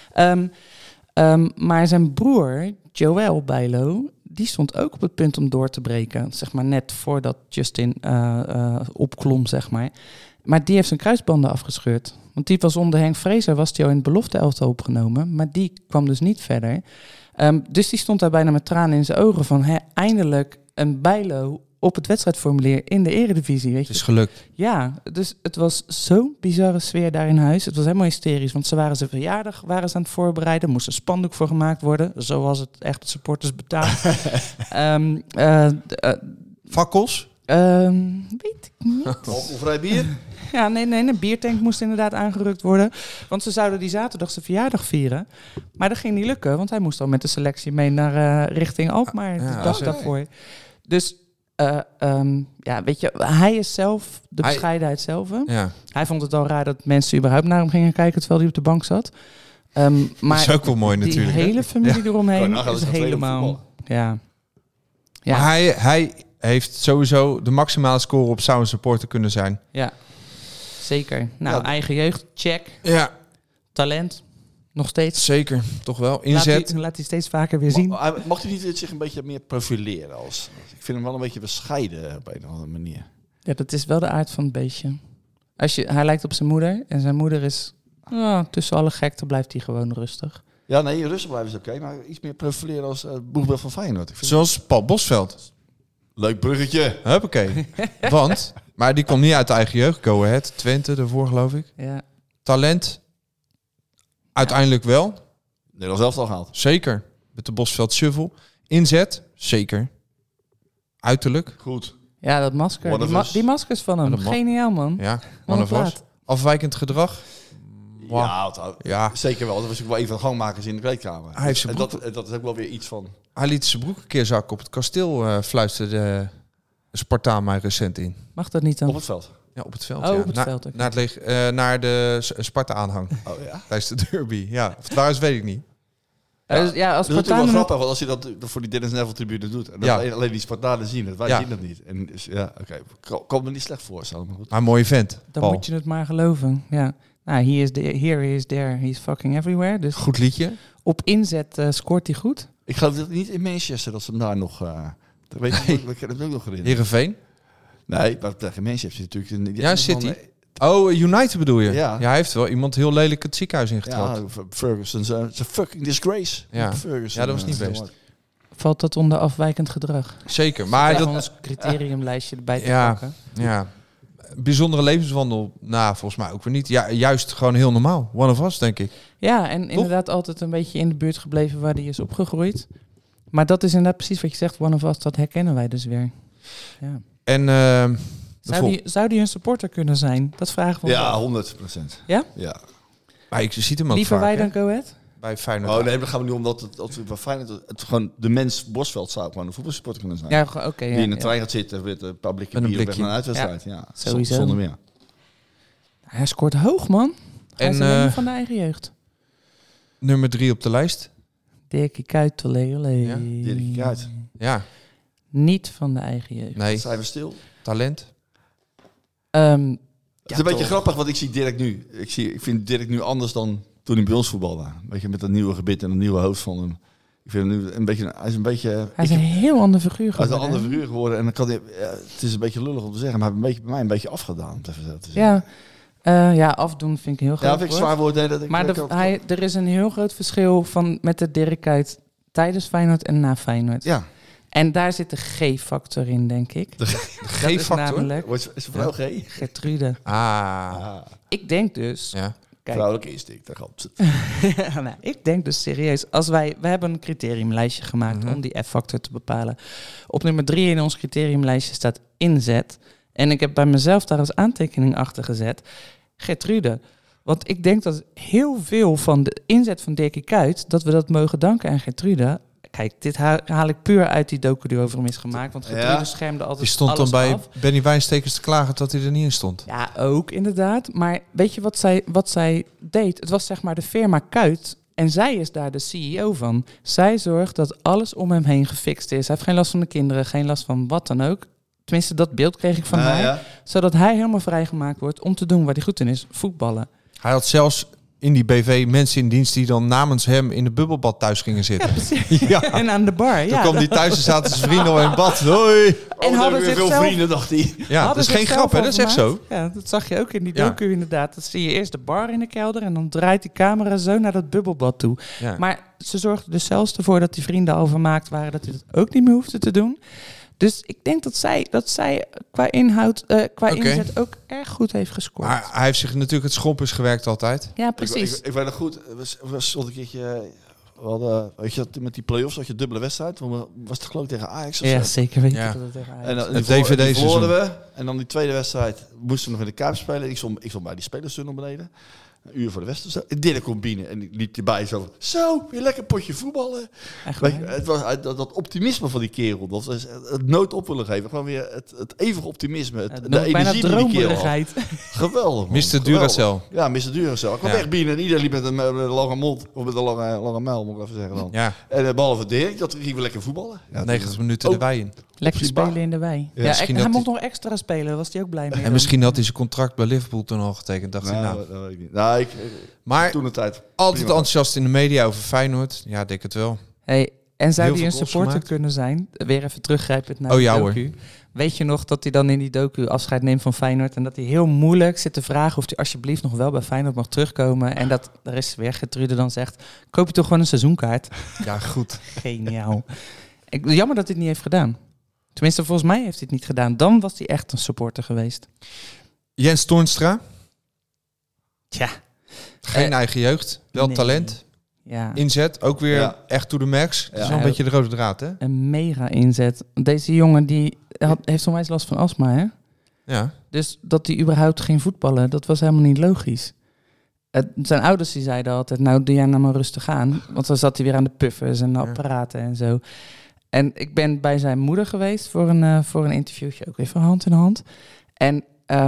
Maar zijn broer, Joël Bijlo, die stond ook op het punt om door te breken. Zeg maar net voordat Justin opklom, zeg maar. Maar die heeft zijn kruisbanden afgescheurd. Want die was onder Henk Vrezer, was die al in het belofte-elftal opgenomen. Maar die kwam dus niet verder. Dus die stond daar bijna met tranen in zijn ogen van... eindelijk een Bijlo op het wedstrijdformulier in de eredivisie. Weet je? Het is gelukt. Ja, dus het was zo'n bizarre sfeer daar in huis. Het was helemaal hysterisch, want ze waren zijn verjaardag aan het voorbereiden. Moest een spandoek voor gemaakt worden, zoals het echt de supporters betaalt. Fakkels? Weet ik niet. Alcoholvrij bier? Ja, nee, een biertank moest inderdaad aangerukt worden. Want ze zouden die zaterdag zijn verjaardag vieren. Maar dat ging niet lukken, want hij moest al met de selectie mee naar richting Alkmaar de dag daarvoor. Dus weet je, hij is zelf de bescheidenheid zelf. Ja. Hij vond het al raar dat mensen überhaupt naar hem gingen kijken terwijl hij op de bank zat. Maar dat is ook wel mooi natuurlijk. Die hele familie eromheen Nou, is helemaal... Ja. Maar hij heeft sowieso de maximale score op zou een supporter kunnen zijn. Ja, zeker. Nou, eigen jeugd, check. Ja. Talent, nog steeds. Zeker, toch wel. Inzet. Laat hij steeds vaker weer zien. Mocht hij niet zich een beetje meer profileren? Ik vind hem wel een beetje bescheiden op een of andere manier. Ja, dat is wel de aard van het beestje. Hij lijkt op zijn moeder en zijn moeder is... tussen alle gekte blijft hij gewoon rustig. Ja, nee, rustig blijven is oké, maar iets meer profileren als het boegbeeld van Feyenoord. Zoals Paul Bosveld. Leuk bruggetje. Huppakee. Want, maar die komt niet uit de eigen jeugd. Go Ahead, Twente ervoor geloof ik. Ja. Talent, uiteindelijk wel. Nederland zelf al gehaald. Zeker. Met de Bosveld Shuffle. Inzet, zeker. Uiterlijk. Goed. Ja, dat masker. Die maskers van hem. Geniaal, man. Ja, mannenvast. Afwijkend gedrag. Wow. Ja, zeker wel. Dat was ook wel een van de gangmakers in de kleedkamer. Hij heeft zijn dat is ook wel weer iets van... Hij liet zijn broek een keer zakken op het kasteel, fluisterde Spartaan mij recent in. Mag dat niet dan? Op het veld? Ja, op het veld. Oh, ja. op het veld. Okay. Naar de Sparta-aanhang. Oh ja? Tijdens de derby. Ja, of het waar is, weet ik niet. Ja, als dat is natuurlijk wel grappig, want als je dat voor die Dennis Neville-tribune doet. En dat alleen die Spartanen zien het. Wij zien dat niet. En dus, kan me niet slecht voorstellen. Maar goed. Maar een mooie vent, Dan Paul. moet je het maar geloven, ja. Nou, he is there, he's fucking everywhere. Dus Goed liedje. op inzet scoort hij goed. Ik ga het niet in Manchester, dat ze hem daar nog... dat weet ik ook nog herinneren. Heerenveen. Nee, maar tegen Manchester heeft hij natuurlijk... Ja, City. Oh, United bedoel je? Ja. Hij heeft wel iemand heel lelijk het ziekenhuis ingetrapt. Ja, Ferguson, is een fucking disgrace. Ja. Ferguson, Ja, dat was niet best. Valt dat onder afwijkend gedrag? Zeker. Maar Om dat... ons criteriumlijstje erbij te Ja. pakken. Ja. Bijzondere levenswandel. Nou, volgens mij ook weer niet. Ja, juist gewoon heel normaal. One of us, denk ik. Ja, en inderdaad altijd een beetje in de buurt gebleven waar die is opgegroeid. Maar dat is inderdaad precies wat je zegt, one of us, dat herkennen wij dus weer. Ja. En... Zou die een supporter kunnen zijn? Dat vragen we ons af. 100%. Ja? Ja. Maar ik ziet hem ook Liever vaak, wij hè? dan Go Ahead? Bij Feyenoord. Oh nee, dat gaan we nu omdat het Feyenoord het gewoon de mens Bosveld zou gewoon een voetbalsupporter kunnen zijn. Ja, oké. Die in de trein gaat zitten met een paar blikken Met een bier op weg blikje. naar een uitwedstrijd. Ja, Sowieso. Zonder meer. Hij scoort hoog, man. Hij is En, alleen van de eigen jeugd. Nummer 3 op de lijst. Dirkie Kuyt, olé. Ja, Dirkie Kuyt. Ja, Niet van de eigen jeugd. nee. Zijn we stil? Talent. Het is een beetje toch. grappig wat ik zie Dirk nu. Ik vind Dirk nu anders dan toen hij bij ons voetbalde. Weet je, met dat nieuwe gebit en een nieuwe hoofd van hem. Ik vind hem nu een beetje... Hij is een heel ander figuur Hij is een geworden. andere hè? figuur geworden. En dan kan hij, het is een beetje lullig om te zeggen, maar hij heeft bij mij een beetje afgedaan. Om het even te zeggen. Ja, afdoen vind ik een heel groot Ja, vind ik woord. zwaar woord. Nee, dat ik, Maar dat ik- er is een heel groot verschil met de Dirk Kuyt tijdens Feyenoord en na Feyenoord. Ja, En daar zit de G-factor in, denk ik. De Dat is G-factor. namelijk is een vrouw G? Gertrude. Ah. Ik denk dus... Ja. Kijk, Vrouwelijke instinct, daar gaat het. nou, ik denk dus serieus, we hebben een criteriumlijstje gemaakt Mhm. om die F-factor te bepalen. Op nummer 3 in ons criteriumlijstje staat inzet. En ik heb bij mezelf daar als aantekening achter gezet Gertrude. Want ik denk dat heel veel van de inzet van Dirkie Kuyt, dat we dat mogen danken aan Gertrude. Kijk, dit haal ik puur uit die docu die over hem is gemaakt. Want Gertrude Ja. schermde altijd Die stond dan alles bij af. Benny Wijnstekers te klagen dat hij er niet in stond. Ja, ook inderdaad. Maar weet je wat zij deed? Het was zeg maar de firma Kuyt. En zij is daar de CEO van. Zij zorgt dat alles om hem heen gefixt is. Hij heeft geen last van de kinderen, geen last van wat dan ook. Tenminste, dat beeld kreeg ik van haar. Ja. Zodat hij helemaal vrijgemaakt wordt om te doen waar hij goed in is. Voetballen. Hij had zelfs in die BV mensen in dienst die dan namens hem in de bubbelbad thuis gingen zitten. Ja. En aan de bar. Toen Ja, kwam hij thuis en zaten zijn vrienden al in het bad. Hoi! en hadden weer ze veel zelf... vrienden, dacht hij. Ja, dat is geen grap, hè? Dat is echt zo. Ja, dat zag je ook in die Ja. docu inderdaad. Dat zie je eerst de bar in de kelder en dan draait die camera zo naar dat bubbelbad toe. Ja. Maar ze zorgden dus zelfs ervoor dat die vrienden al vermaakt waren dat hij dat ook niet meer hoefde te doen. Dus ik denk dat zij qua inhoud, qua Oké. inzet ook erg goed heeft gescoord. Maar hij heeft zich natuurlijk het schompers gewerkt altijd. Ja, precies. Ik weet nog goed, was een keertje... We hadden, weet je, met die play-offs had je dubbele wedstrijd. Was het geloof ik tegen Ajax of Ja, zo? zeker weten Ja. dat het tegen Ajax En dan, Het die DVD-seizoen. verloren we. En dan die tweede wedstrijd moesten we nog in de Kuip spelen. Ik stond bij die spelerstunnel beneden. Een uur voor de wedstrijd. Dirk komt binnen en die liep erbij zo, weer lekker potje voetballen. Echt Weet je, waar. het was dat optimisme van die kerel. Dat was het nooit op willen geven. Gewoon weer het eeuwige optimisme. De Bijna energie die die kerel had. dromerigheid. Geweldig, man. Mr. Geweldig. Duracell. Ja, Mr. Duracell. Ik kwam Ja. echt binnen en iedereen liep met een lange mond. Of met een lange muil, moet ik even zeggen dan. Ja, En behalve Dirk, dat ging we lekker voetballen. Ja, 90 minuten de Oh. wei in. Lekker Op die bar. spelen in de wei. Ja, misschien hij dat mocht nog extra spelen, daar was hij ook blij mee. En dan. misschien had hij zijn contract bij Liverpool toen al getekend. Dacht hij, nou. dat weet ik niet. Nou, Maar toen de tijd. altijd prima. enthousiast in de media over Feyenoord. Ja, ik denk het wel. Hey, en zou Heel hij een veel goals supporter gemaakt. kunnen zijn? Weer even teruggrijpend naar Oh, de ja, docu. Weet je nog dat hij dan in die docu afscheid neemt van Feyenoord en dat hij heel moeilijk zit te vragen of hij alsjeblieft nog wel bij Feyenoord mag terugkomen en dat er is weer Gertrude dan zegt, koop je toch gewoon een seizoenkaart? Ja, goed. Geniaal. Jammer dat hij het niet heeft gedaan. Tenminste, volgens mij heeft hij het niet gedaan. Dan was hij echt een supporter geweest. Jens Toornstra. Tja. Geen Eh, eigen jeugd. Wel nee. talent. Ja. Inzet. Ook weer Ja. echt to the max. Dat is Ja. wel een beetje de rode draad, hè? Een mega inzet. Deze jongen die heeft onwijs last van astma, hè? Ja. Dus dat hij überhaupt ging voetballen, dat was helemaal niet logisch. Zijn ouders die zeiden altijd, nou doe jij nou maar rustig aan. Want dan zat hij weer aan de puffers en de apparaten en zo. En ik ben bij zijn moeder geweest voor een interviewtje, ook even hand in hand. En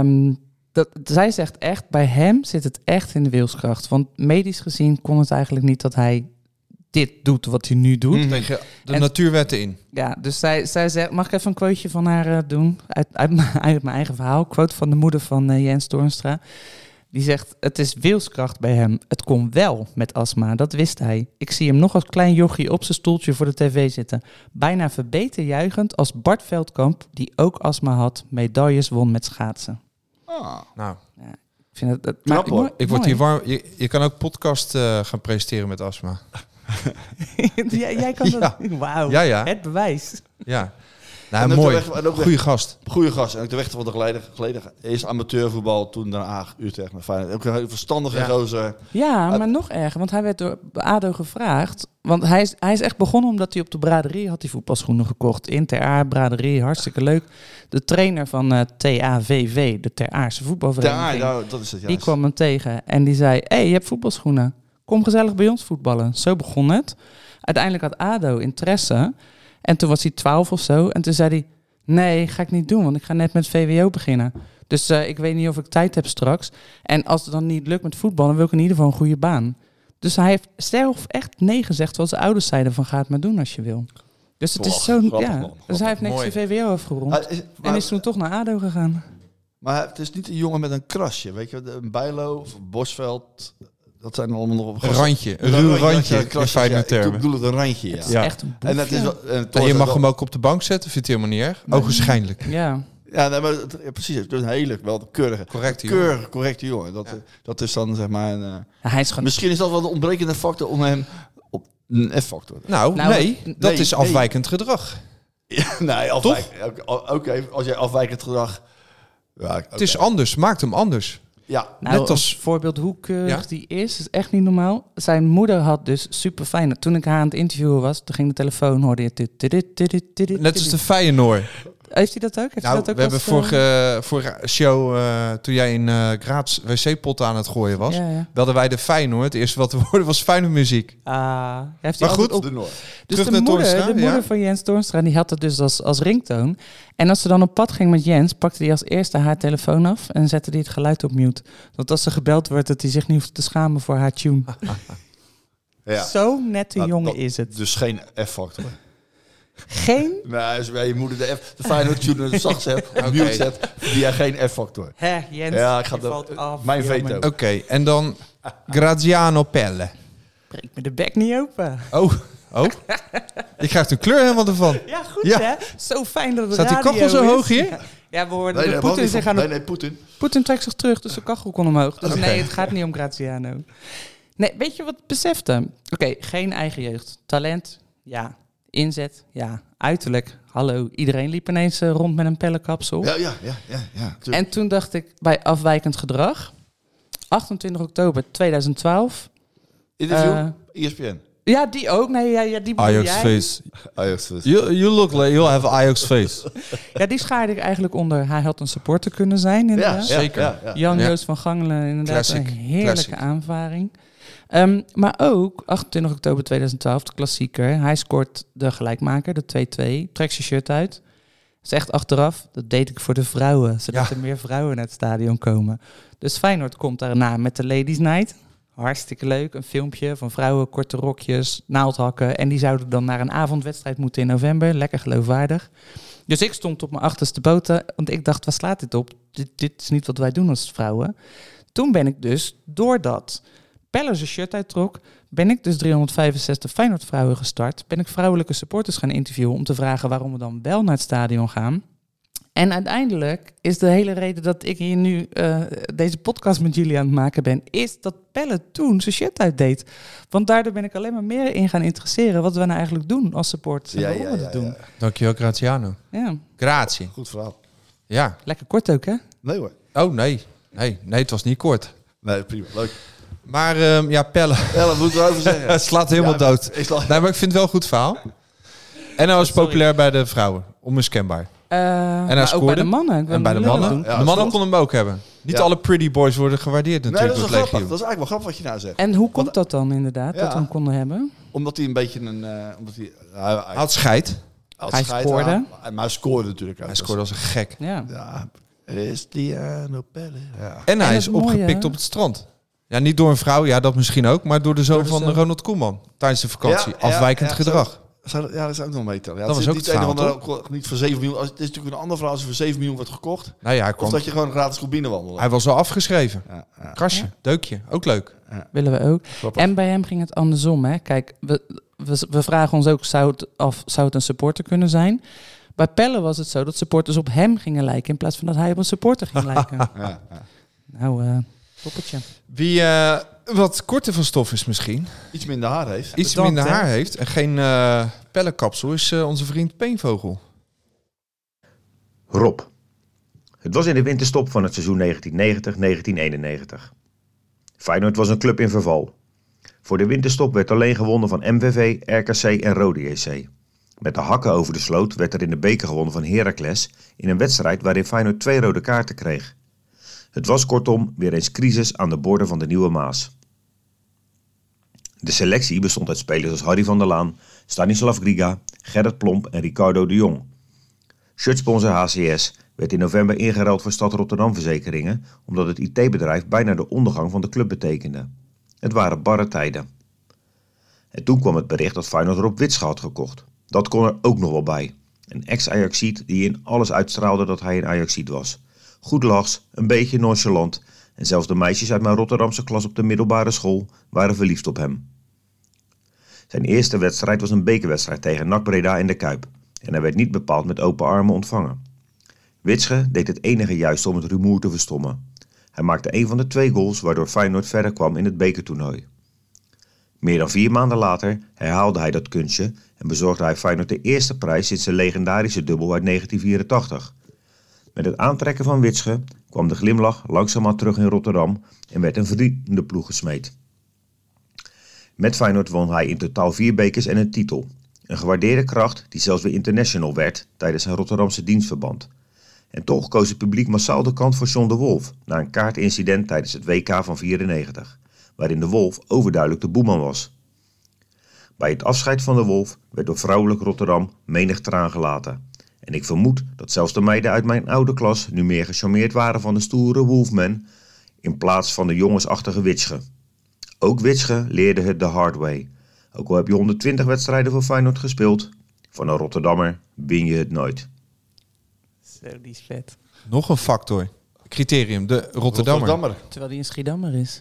zij zegt echt, bij hem zit het echt in de wilskracht. Want medisch gezien kon het eigenlijk niet dat hij dit doet wat hij nu doet. Tegen de En- natuurwetten in. Ja, dus zij zegt, mag ik even een quoteje van haar doen? Uit mijn eigen verhaal. Quote van de moeder van Jens Toornstra. Die zegt, het is wilskracht bij hem. Het kon wel met astma, dat wist hij. Ik zie hem nog als klein jochie op zijn stoeltje voor de tv zitten. Bijna verbeter juichend als Bart Veldkamp, die ook astma had, medailles won met schaatsen. Nou, Ik vind het Knap, hoor. ik word hier warm. Je kan ook podcast gaan presenteren met astma. Jij kan dat. Wauw, Ja. het bewijs. Ja. En Nou, ook mooi. de weg- en ook de- Goeie gast. Goeie gast. En ook de weg van de geleden. Eerst amateurvoetbal, toen Den Haag, Utrecht naar Feyenoord. Ook een heel verstandige gozer. Ja, maar nog erger, want hij werd door ADO gevraagd. Want hij is echt begonnen omdat hij op de braderie had die voetbalschoenen gekocht. In Ter Aar, braderie, hartstikke leuk. De trainer van TAVV, de Ter Aarse voetbalvereniging, Dat is het, die kwam hem tegen en die zei, hey, je hebt voetbalschoenen. Kom gezellig bij ons voetballen. Zo begon het. Uiteindelijk had ADO interesse. En toen was hij 12 of zo. En toen zei hij, nee, ga ik niet doen, want ik ga net met VWO beginnen. Dus ik weet niet of ik tijd heb straks. En als het dan niet lukt met voetballen, wil ik in ieder geval een goede baan. Dus hij heeft zelf echt nee gezegd, zoals de ouders zeiden van ga het maar doen als je wil. Dus het is zo, grappig, ja. man. Dus hij heeft niks Mooi. de VWO afgerond. En is toen toch naar ADO gegaan. Maar het is niet een jongen met een krasje. Weet je, een Bijlo of een Bosveld. Dat zijn allemaal nog op Een randje. Een ruw randje in Feyenoord Ik termen. bedoel het een randje, ja. Het is Ja. echt een boefje. En het is wel, En je mag hem ook op de bank zetten, vindt hij helemaal niet erg. Ogenschijnlijk. Ja. Ja, nee, maar precies. Het is een hele, wel de keurige. Correct, jongen. Keurig, correcte jongen. Dat is dan zeg maar een... Ja, hij is gewoon... Misschien is dat wel de ontbrekende factor om hem op een F-factor. Nou, Nou, nee. Dat nee, is afwijkend gedrag. Ja, nee, afwijkend. Oké, als jij afwijkend gedrag... Ja, Het is anders. Maakt hem anders. Ja, Nou, net als- een voorbeeld hoe keurig Ja? die is echt niet normaal. Zijn moeder had dus super fijn. Toen ik haar aan het interviewen was, toen ging de telefoon, hoorde je... Net als de Feyenoord. Heeft hij dat ook? Heeft hij Nou, dat ook we hebben als, vorige show, toen jij in Graz wc-pot aan het gooien was, Ja. belden wij de Feyenoord. Het eerste wat we hoorden was Feyenoord muziek. Heeft Maar hij goed, altijd op. de Noord. Dus terug de naar moeder, Toornstra, de moeder ja. van Jens Toornstra, die had het dus als ringtoon. En als ze dan op pad ging met Jens, pakte hij als eerste haar telefoon af en zette hij het geluid op mute. Want als ze gebeld wordt, dat hij zich niet hoeft te schamen voor haar tune. Ja. Zo nette Nou, jongen dat- is het. Dus geen F-factor. Geen Nee, als bij je moeder de Feyenoord tune zacht zet, mute zet, die jij geen F-factor. hè, Jens, Ja, ik ga je dat- valt af. mijn jongen. veto. Oké, en dan Graziano Pelle. Breek me de bek niet open. Oh. Je krijgt de kleur helemaal ervan. Ja, goed Ja. hè? Zo fijn dat het Staat die radio kachel zo is. hoog hier? Ja, we hoorden Nee, de nee, Poetin zich aan het... nee, Poetin. Poetin trekt zich terug, dus de kachel kon omhoog. Dus Oké. nee, het gaat niet om Graziano. Nee, weet je wat ik besefte? Oké, geen eigen jeugd. Talent, ja. Inzet, ja. Uiterlijk, hallo. Iedereen liep ineens rond met een pellenkapsel. Ja. tuurlijk. En toen dacht ik bij afwijkend gedrag... 28 oktober 2012... Interview, ESPN. Ja, die ook. Nee, ja, die bedoel jij. face. Ajax dus. You look like you have Ajax face. Ja, die schaarde ik eigenlijk onder. Hij had een supporter kunnen zijn, inderdaad. zeker. Jan-Joos van Gangelen, inderdaad Classic, een heerlijke classic. aanvaring. Maar ook 28 oktober 2012, de klassieker. Hij scoort de gelijkmaker, de 2-2. Trekt zijn shirt uit. Zegt achteraf, dat deed ik voor de vrouwen. Zodat Ja. er meer vrouwen naar het stadion komen. Dus Feyenoord komt daarna met de Ladies Night. Hartstikke leuk. Een filmpje van vrouwen, korte rokjes, naaldhakken. En die zouden dan naar een avondwedstrijd moeten in november. Lekker geloofwaardig. Dus ik stond op mijn achterste poten, want ik dacht, waar slaat dit op? Dit is niet wat wij doen als vrouwen. Toen ben ik dus, doordat Pelle zijn shirt uittrok, ben ik dus 365 Feyenoord vrouwen gestart. Ben ik vrouwelijke supporters gaan interviewen om te vragen waarom we dan wel naar het stadion gaan. En uiteindelijk is de hele reden dat ik hier nu deze podcast met jullie aan het maken ben, is dat Pelle toen zijn shit uitdeed. Want daardoor ben ik alleen maar meer in gaan interesseren wat we nou eigenlijk doen als supporters en waarom we dat doen. Dankjewel, Graziano. Ja, Grazie. Goed verhaal. Ja. lekker kort ook hè? Nee hoor. Oh, nee. Nee, het was niet kort. Nee, prima. Leuk. Maar ja, Pelle. Ja, dat moet ik erover zeggen. Het slaat helemaal Ja, dood. ik sla- Nee, maar ik vind het wel een goed verhaal. En hij was populair bij de vrouwen. Onmiskenbaar. Maar hij ook bij scoorde. de mannen. Ik wil En bij de niet lullig mannen. doen. Ja, de mannen soms- konden hem ook hebben. Niet Ja. alle pretty boys worden gewaardeerd Nee, natuurlijk dat is door wel het grappig. legioen. Dat is eigenlijk wel grappig wat je nou zegt. En hoe komt dat dan inderdaad, Ja. dat we hem konden hebben? Omdat hij een beetje een... omdat hij Hij had scheid. Hij scoorde. Maar hij scoorde natuurlijk ook. Hij scoorde als een gek. Ja. Ja, is die Pelle. Ja. En hij het is mooie- opgepikt op het strand. Ja, niet door een vrouw, ja dat misschien ook, maar door de zoon Door de van zoon. Ronald Koeman tijdens de vakantie. Ja, ja, Afwijkend ja, gedrag. Dat is ook nog meetellen. Ja, Dat het was is ook niet het verhaal, niet voor 7 miljoen. Het is natuurlijk een ander verhaal als hij voor 7 miljoen wordt gekocht. Nou ja, Of dat je gewoon gratis kon binnenwandelen. hij was al afgeschreven. Ja. Krasje, deukje, ook leuk. Willen we ook. Grappig. En bij hem ging het andersom. Hè? Kijk, we vragen ons ook, zou het een supporter kunnen zijn? Bij Pelle was het zo dat supporters op hem gingen lijken in plaats van dat hij op een supporter ging lijken. Ja. Nou, toppertje. Wie wat korter van stof is misschien, Iets minder haar heeft. iets dat, minder hè? haar heeft en geen pellenkapsel, is onze vriend Peenvogel. Rob. Het was in de winterstop van het seizoen 1990-1991. Feyenoord was een club in verval. Voor de winterstop werd alleen gewonnen van MVV, RKC en Rode JC. Met de hakken over de sloot werd er in de beker gewonnen van Heracles in een wedstrijd waarin Feyenoord 2 rode kaarten kreeg. Het was kortom weer eens crisis aan de borden van de Nieuwe Maas. De selectie bestond uit spelers als Harry van der Laan, Stanislav Griga, Gerrit Plomp en Ricardo de Jong. Shirtsponsor HCS werd in november ingeruild voor Stad Rotterdam Verzekeringen omdat het IT-bedrijf bijna de ondergang van de club betekende. Het waren barre tijden. En toen kwam het bericht dat Feyenoord Rob Witsche had gekocht. Dat kon er ook nog wel bij. Een ex-Ajaxiet die in alles uitstraalde dat hij een Ajaxiet was. Goedlachs, een beetje nonchalant en zelfs de meisjes uit mijn Rotterdamse klas op de middelbare school waren verliefd op hem. Zijn eerste wedstrijd was een bekerwedstrijd tegen NAC Breda in de Kuip en hij werd niet bepaald met open armen ontvangen. Witsche deed het enige juiste om het rumoer te verstommen. Hij maakte een van de 2 goals waardoor Feyenoord verder kwam in het bekertoernooi. Meer dan 4 maanden later herhaalde hij dat kunstje en bezorgde hij Feyenoord de eerste prijs sinds de legendarische dubbel uit 1984. Met het aantrekken van Witsche kwam de glimlach langzaamaan terug in Rotterdam en werd een vriendenploeg gesmeed. Met Feyenoord won hij in totaal 4 bekers en een titel. Een gewaardeerde kracht die zelfs weer international werd tijdens zijn Rotterdamse dienstverband. En toch koos het publiek massaal de kant voor John de Wolf na een kaartincident tijdens het WK van 94, waarin de Wolf overduidelijk de boeman was. Bij het afscheid van de Wolf werd door vrouwelijk Rotterdam menig traan gelaten. En ik vermoed dat zelfs de meiden uit mijn oude klas nu meer gecharmeerd waren van de stoere Wolfman in plaats van de jongensachtige Witsche. Ook Witsche leerde het de hard way. Ook al heb je 120 wedstrijden voor Feyenoord gespeeld, van een Rotterdammer win je het nooit. Zo, die is vet. Nog een factor. Criterium, de Rotterdammer. Terwijl die een Schiedammer is.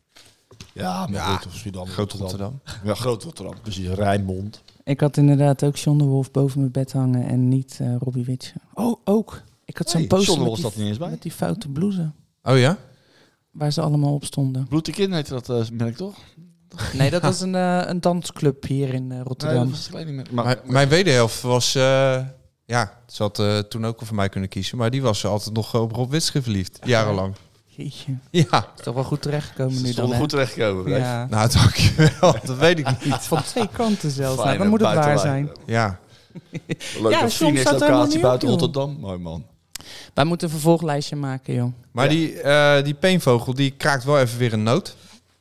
Ja, maar goed, Schiedam. Groot Rotterdam. Ja, Groot Rotterdam. Precies, Rijnmond. Ik had inderdaad ook John de Wolf boven mijn bed hangen en niet Robbie Witsche. Oh, ook. Ik had zo'n Hey, poster John de Wolf met staat niet eens bij. met die foute blouse. Oh ja? Waar ze allemaal op stonden. Bloed de kind heette dat merk toch? Nee, dat was een dansclub hier in Rotterdam. Nee, dat was het niet meer. Maar, Mijn wederhelft was... ja, ze had toen ook al voor mij kunnen kiezen. Maar die was altijd nog op Rob Witsche verliefd. Jarenlang. Jeetje. Ja. Is toch wel goed terechtgekomen nu ze dan, stonden hè? goed terechtgekomen. Blijf. Ja. Nou, dankjewel. Dat weet ik niet. Van 2 kanten zelfs. Nou, Fijn, dan moet het waar buitenwijn. zijn. Ja. Leuke Ja, soms staat er helemaal locatie niet buiten op, joh. Rotterdam. Mooi man. Wij moeten een vervolglijstje maken, joh. Maar die Peenvogel, die kraakt wel even weer een noot.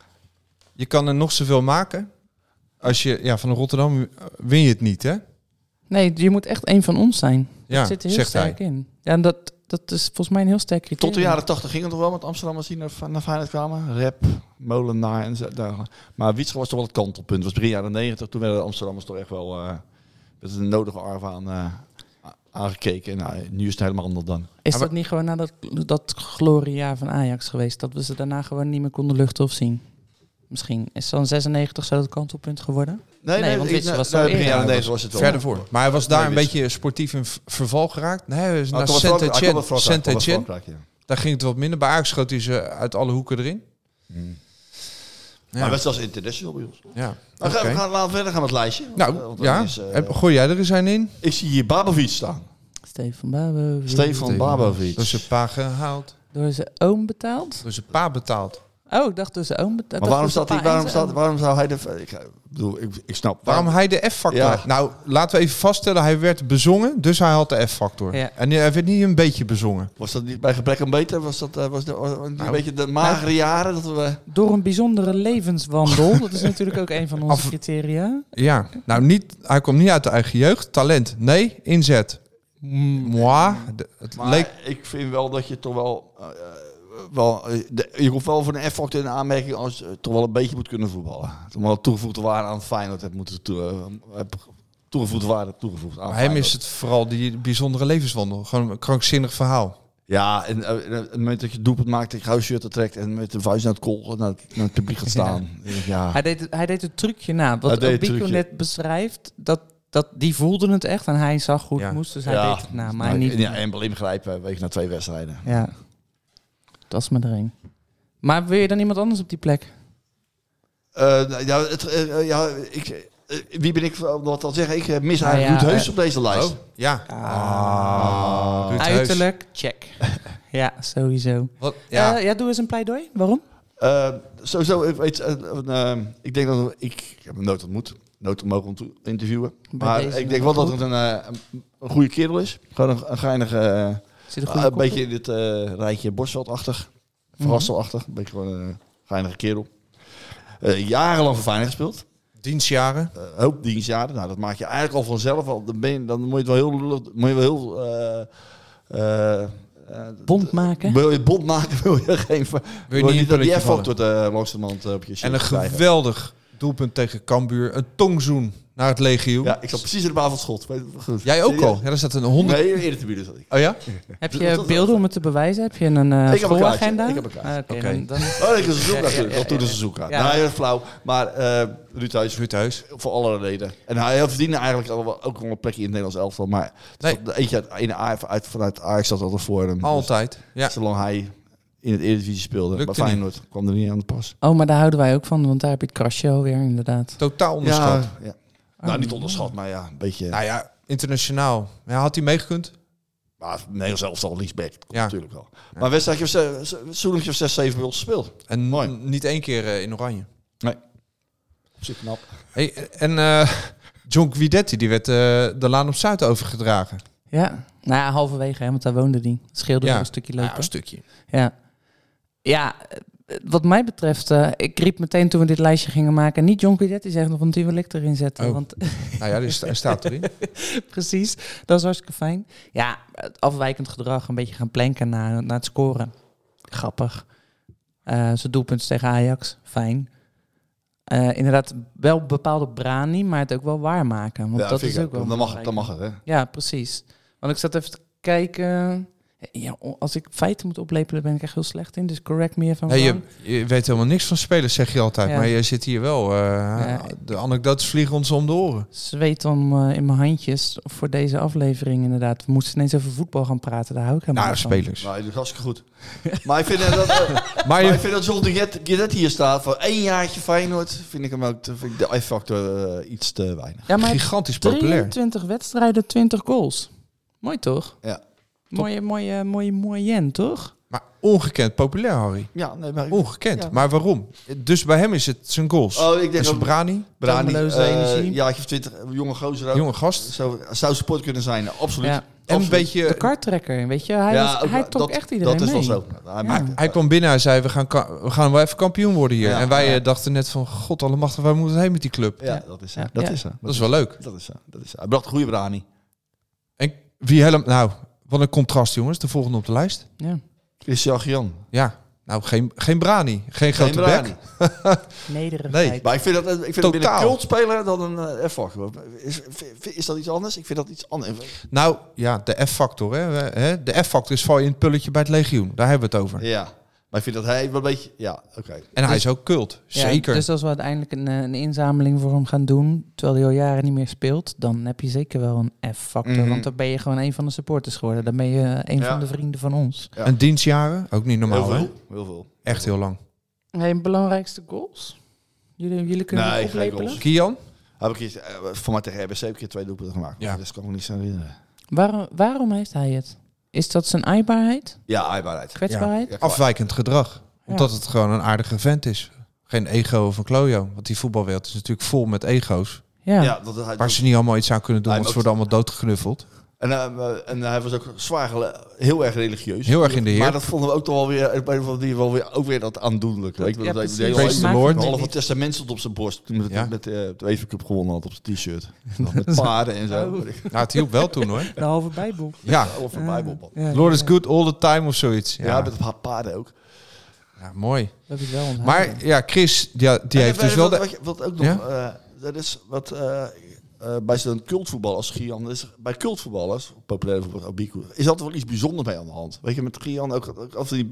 Je kan er nog zoveel maken. Als je... Ja, van Rotterdam win je het niet, hè? Nee, je moet echt een van ons zijn. Ja, Dat zit er heel zegt sterk hij. in. Ja, en dat is volgens mij een heel sterk criterium. Tot de jaren 80 ging het nog wel met Amsterdammers die naar Feyenoord kwamen. Rap, Molenaar en zo. Maar Witsche was toch wel het kantelpunt. Het was begin jaren 90. Toen werden de Amsterdammers toch echt wel met een nodige arf aangekeken. Nou, nu is het helemaal anders dan. Is dat niet gewoon na dat gloriejaar van Ajax geweest? Dat we ze daarna gewoon niet meer konden luchten of zien? Misschien is zo'n 96 zo het kantelpunt geworden? Nee, want Witsche was zo begin eerder. jaren 90 was het wel. Verder voor. Maar hij was daar Nee, een Witsche. beetje sportief in verval geraakt. Nee, hij is naar Hij kwam uit Frankrijk. Saint-Etienne. Daar ging het wat minder. Bij Ajax schoot hij ze uit alle hoeken erin. Maar Ja. hij was zelfs international bij ons. Ja. Maar Oké. we gaan verder gaan met het lijstje. Nou, Want dat ja. is, Gooi jij er eens een in? ik zie hier Babovic staan. Stefan Babo. Stefan Babovic. Door zijn pa gehaald. Door zijn oom betaald? Door zijn pa betaald. Oh, ik dacht door zijn oom betaald. Maar waarom zou hij de... Ik snap. Waarom hij de F-factor Ja. had? Nou, laten we even vaststellen. Hij werd bezongen, dus hij had de F-factor. Ja. En hij werd niet een beetje bezongen. Was dat niet bij gebrek aan beter? Was dat een beetje de magere jaren? Dat we... Door een bijzondere levenswandel. Dat is natuurlijk ook een van onze criteria. Ja, nou niet, hij kwam niet uit de eigen jeugd. Talent, nee. Inzet, moi. Het Maar leek... ik vind wel dat je toch wel... je hoeft wel voor een F-factor in aanmerking als toch wel een beetje moet kunnen voetballen. Toch wel toegevoegde waarde aan Feyenoord hebt moeten toegevoegde waarde toegevoegd aan Bij hem Feyenoord. is het vooral die bijzondere levenswandel. Gewoon een krankzinnig verhaal. Ja, en het moment dat je doelpunt maakt, dat je gauw shirt trekt en met de vuist naar het kool naar het publiek gaat staan. Ja. Hij deed het trucje na. Hij Wat deed het Obico trucje. net beschrijft, die voelde het echt en hij zag hoe het moest, dus hij deed het na. Maar hij niet. Ja, en wel ingrijpen, weet je, na 2 wedstrijden. Ja, dat is me er een. Maar wil je dan iemand anders op die plek? Wie ben ik om wat te zeggen? Ik mis Nou eigenlijk ja, Ruud Heus op deze lijst. Oh, ja. Ruud Heus. Uiterlijk, check. Ja, sowieso. Wat, ja. Doe eens een pleidooi. Waarom? Sowieso, ik denk dat ik heb hem nooit ontmoet. Nooit mogen interviewen. Bij Maar deze ik denk wel dat groep. het een goede kerel is. Gewoon een geinige... Zit een goede een beetje in dit rijtje Bosveld-achtig. Verrassel-achtig. Een beetje gewoon een geinige kerel. Jarenlang voor Feyenoord gespeeld. Dienstjaren. Hoop dienstjaren. Nou, dat maak je eigenlijk al vanzelf. Dan moet je het wel heel... Bond maken. Wil je bond maken, wil je geen... Wil je niet in dat die pulletje F-factor de langstermand op je shirt En een krijgen. geweldig doelpunt tegen Cambuur. Een tongzoen naar het legioen. Ja, ik zat precies in de baan van het schot. Weet je, goed. Jij ook al? Ja, daar staat een 100... Nee, in de tribune zat ik. Oh ja? Heb je beelden om het te bewijzen? Heb je een Ik heb een schoolagenda? kaartje. Ik heb een kaartje. Oké, dan Oh, ik een seizoen natuurlijk. ja, Dat doet een ja. seizoenkaart. Ja. Nou, heel flauw. Maar Ruud Heus, Ruud Heus. voor alle reden. En hij verdiende eigenlijk ook wel een plekje in het Nederlands elftal. Maar Nee. eentje vanuit Ajax zat altijd voor hem. Altijd. Ja. Dus, zolang hij in het Eredivisie speelde. Lukte Bij Feyenoord kwam er niet aan de pas. Oh, maar daar houden wij ook van, want daar heb je het krasje alweer, inderdaad. Totaal onderschat. Ja. Nou, niet onderschat, maar ja, een beetje... Nou ja, internationaal. Ja, had hij meegekund? Maar Nederlands elftal linksback, dat komt Ja. natuurlijk wel. Maar een wedstrijdje of zoenetje of 6-7 goals gespeeld. En Mooi. niet 1 keer in oranje. Nee. Op zich knap. Hey, en John Guidetti, die werd de Laan op Zuid overgedragen. Ja, nou ja, halverwege, hè, want daar woonde die. Het scheelde Ja. nog een stukje lopen. Ja, een stukje. Ja, wat mij betreft, ik riep meteen toen we dit lijstje gingen maken, niet John Guidetti zeggen, want die wil ik erin zetten. Oh. Want Nou ja, hij staat erin. precies, dat is hartstikke fijn. Ja, het afwijkend gedrag, een beetje gaan planken naar het scoren. Grappig. Zijn doelpunten tegen Ajax, fijn. Inderdaad, wel bepaalde brani, maar het ook wel waarmaken. Want Ja, dat vind is ik ook wel dan belangrijk. mag het, hè? Ja, precies. Want ik zat even te kijken. Ja, als ik feiten moet oplepelen, ben ik echt heel slecht in. Dus correct me if I'm Hey, wrong. je weet helemaal niks van spelers, zeg je altijd. Ja. Maar je zit hier wel. De anekdotes vliegen ons om de oren. Zweet om in mijn handjes voor deze aflevering inderdaad. We moesten ineens over voetbal gaan praten. Daar hou ik helemaal Nou, van. spelers. Nou, je doet hartstikke goed. Maar ik vind dat... Maar Maar je, ik vind dat John Guidetti hier staat voor 1 jaartje Feyenoord. Vind ik hem ook vind ik de F-factor iets te weinig. Ja, maar gigantisch populair. 23 wedstrijden, 20 goals. Mooi toch? Ja. Mooie moyenne, toch? Maar ongekend populair, Harry. Ja, nee, maar... Ongekend. Ja. Maar waarom? Dus bij hem is het zijn goals. Oh, ik denk en zijn dat brani, Tomeloze energie. Ja, 20, jonge gozer ook. jonge gast. Zou support kunnen zijn, absoluut. Ja. En een Absoluut. beetje... De karttrekker, weet je? Hij trok echt iedereen Dat is mee. wel zo. Hij Ja. maakt- Hij kwam binnen en zei, we gaan wel even kampioen worden hier. Ja. En wij Ja. dachten net van, god allemachtig, waar moeten we heen met die club? Ja, dat is zo. Ja. Dat Ja. is zo. Dat is wel leuk. Dat is zo. Dat is zo. Hij bracht een goede brani. En wie helemaal... Nou, wat een contrast, jongens. De volgende op de lijst. Ja. Christian Gian. Ja, nou, geen brani. Geen grote bek. Nederigheid. Nee. Maar ik vind dat binnen Totaal. een cultspeler dan een F-factor. Is dat iets anders? Ik vind dat iets anders. Nou, ja, de F-factor. Hè? De F-factor is val je in het pulletje bij het legioen. Daar hebben we het over. Ja. Maar ik vind dat hij wel een beetje... Ja, oké. En hij is ook cult. Ja, Zeker. dus als we uiteindelijk een inzameling voor hem gaan doen, terwijl hij al jaren niet meer speelt, dan heb je zeker wel een F-factor. Mhm. Want dan ben je gewoon een van de supporters geworden. Dan ben je een Ja. van de vrienden van ons. Ja. En dienstjaren, ook niet normaal. Heel Hè? veel. Heel veel. Echt heel lang. Hey, belangrijkste goals? Jullie kunnen Nee, het geen oplepelen? goals. Kian? Heb ik hier, voor mij tegen RBC heb ik hier 2 doelpunten gemaakt. Ja. Dus kan ik me niet zo herinneren. Waarom heeft hij het? Is dat zijn aaibaarheid? Ja, aaibaarheid. Kwetsbaarheid? Ja, Afwijkend gedrag. Ja. Omdat het gewoon een aardige vent is. Geen ego of een klojo. Want die voetbalwereld is natuurlijk vol met ego's. Ja. Ja, dat hij Waar ze niet allemaal iets aan kunnen doen, Hij want ze ook- worden allemaal doodgeknuffeld. En hij was ook zwaar heel erg religieus. Heel erg in de Heer. Maar dat vonden we ook toch wel weer, op een of andere manier ook weer dat aandoenlijk. Weet je, Ja, dat precies. hij Praise the Maakt Lord. het een niet. halve testament stond op zijn borst toen Ja. met de UEFA Cup gewonnen had op zijn t-shirt. Met paarden en zo. Oh. Nou, het hielp wel toen hoor. De halve Bijbel. Ja, Of een bijbel. Ja, Lord is good all the time of zoiets. Ja, Ja, met een paar paarden ook. ja mooi. Dat heb ik wel onthouden. Maar ja, Chris, die heeft dus wel de... Wat ook nog, Ja? dat is wat bij zo'n cultvoetbal als Gian, is bij cultvoetballers, populaire voetballers, Abiku, is altijd wel iets bijzonders mee aan de hand. Weet je, met Gian ook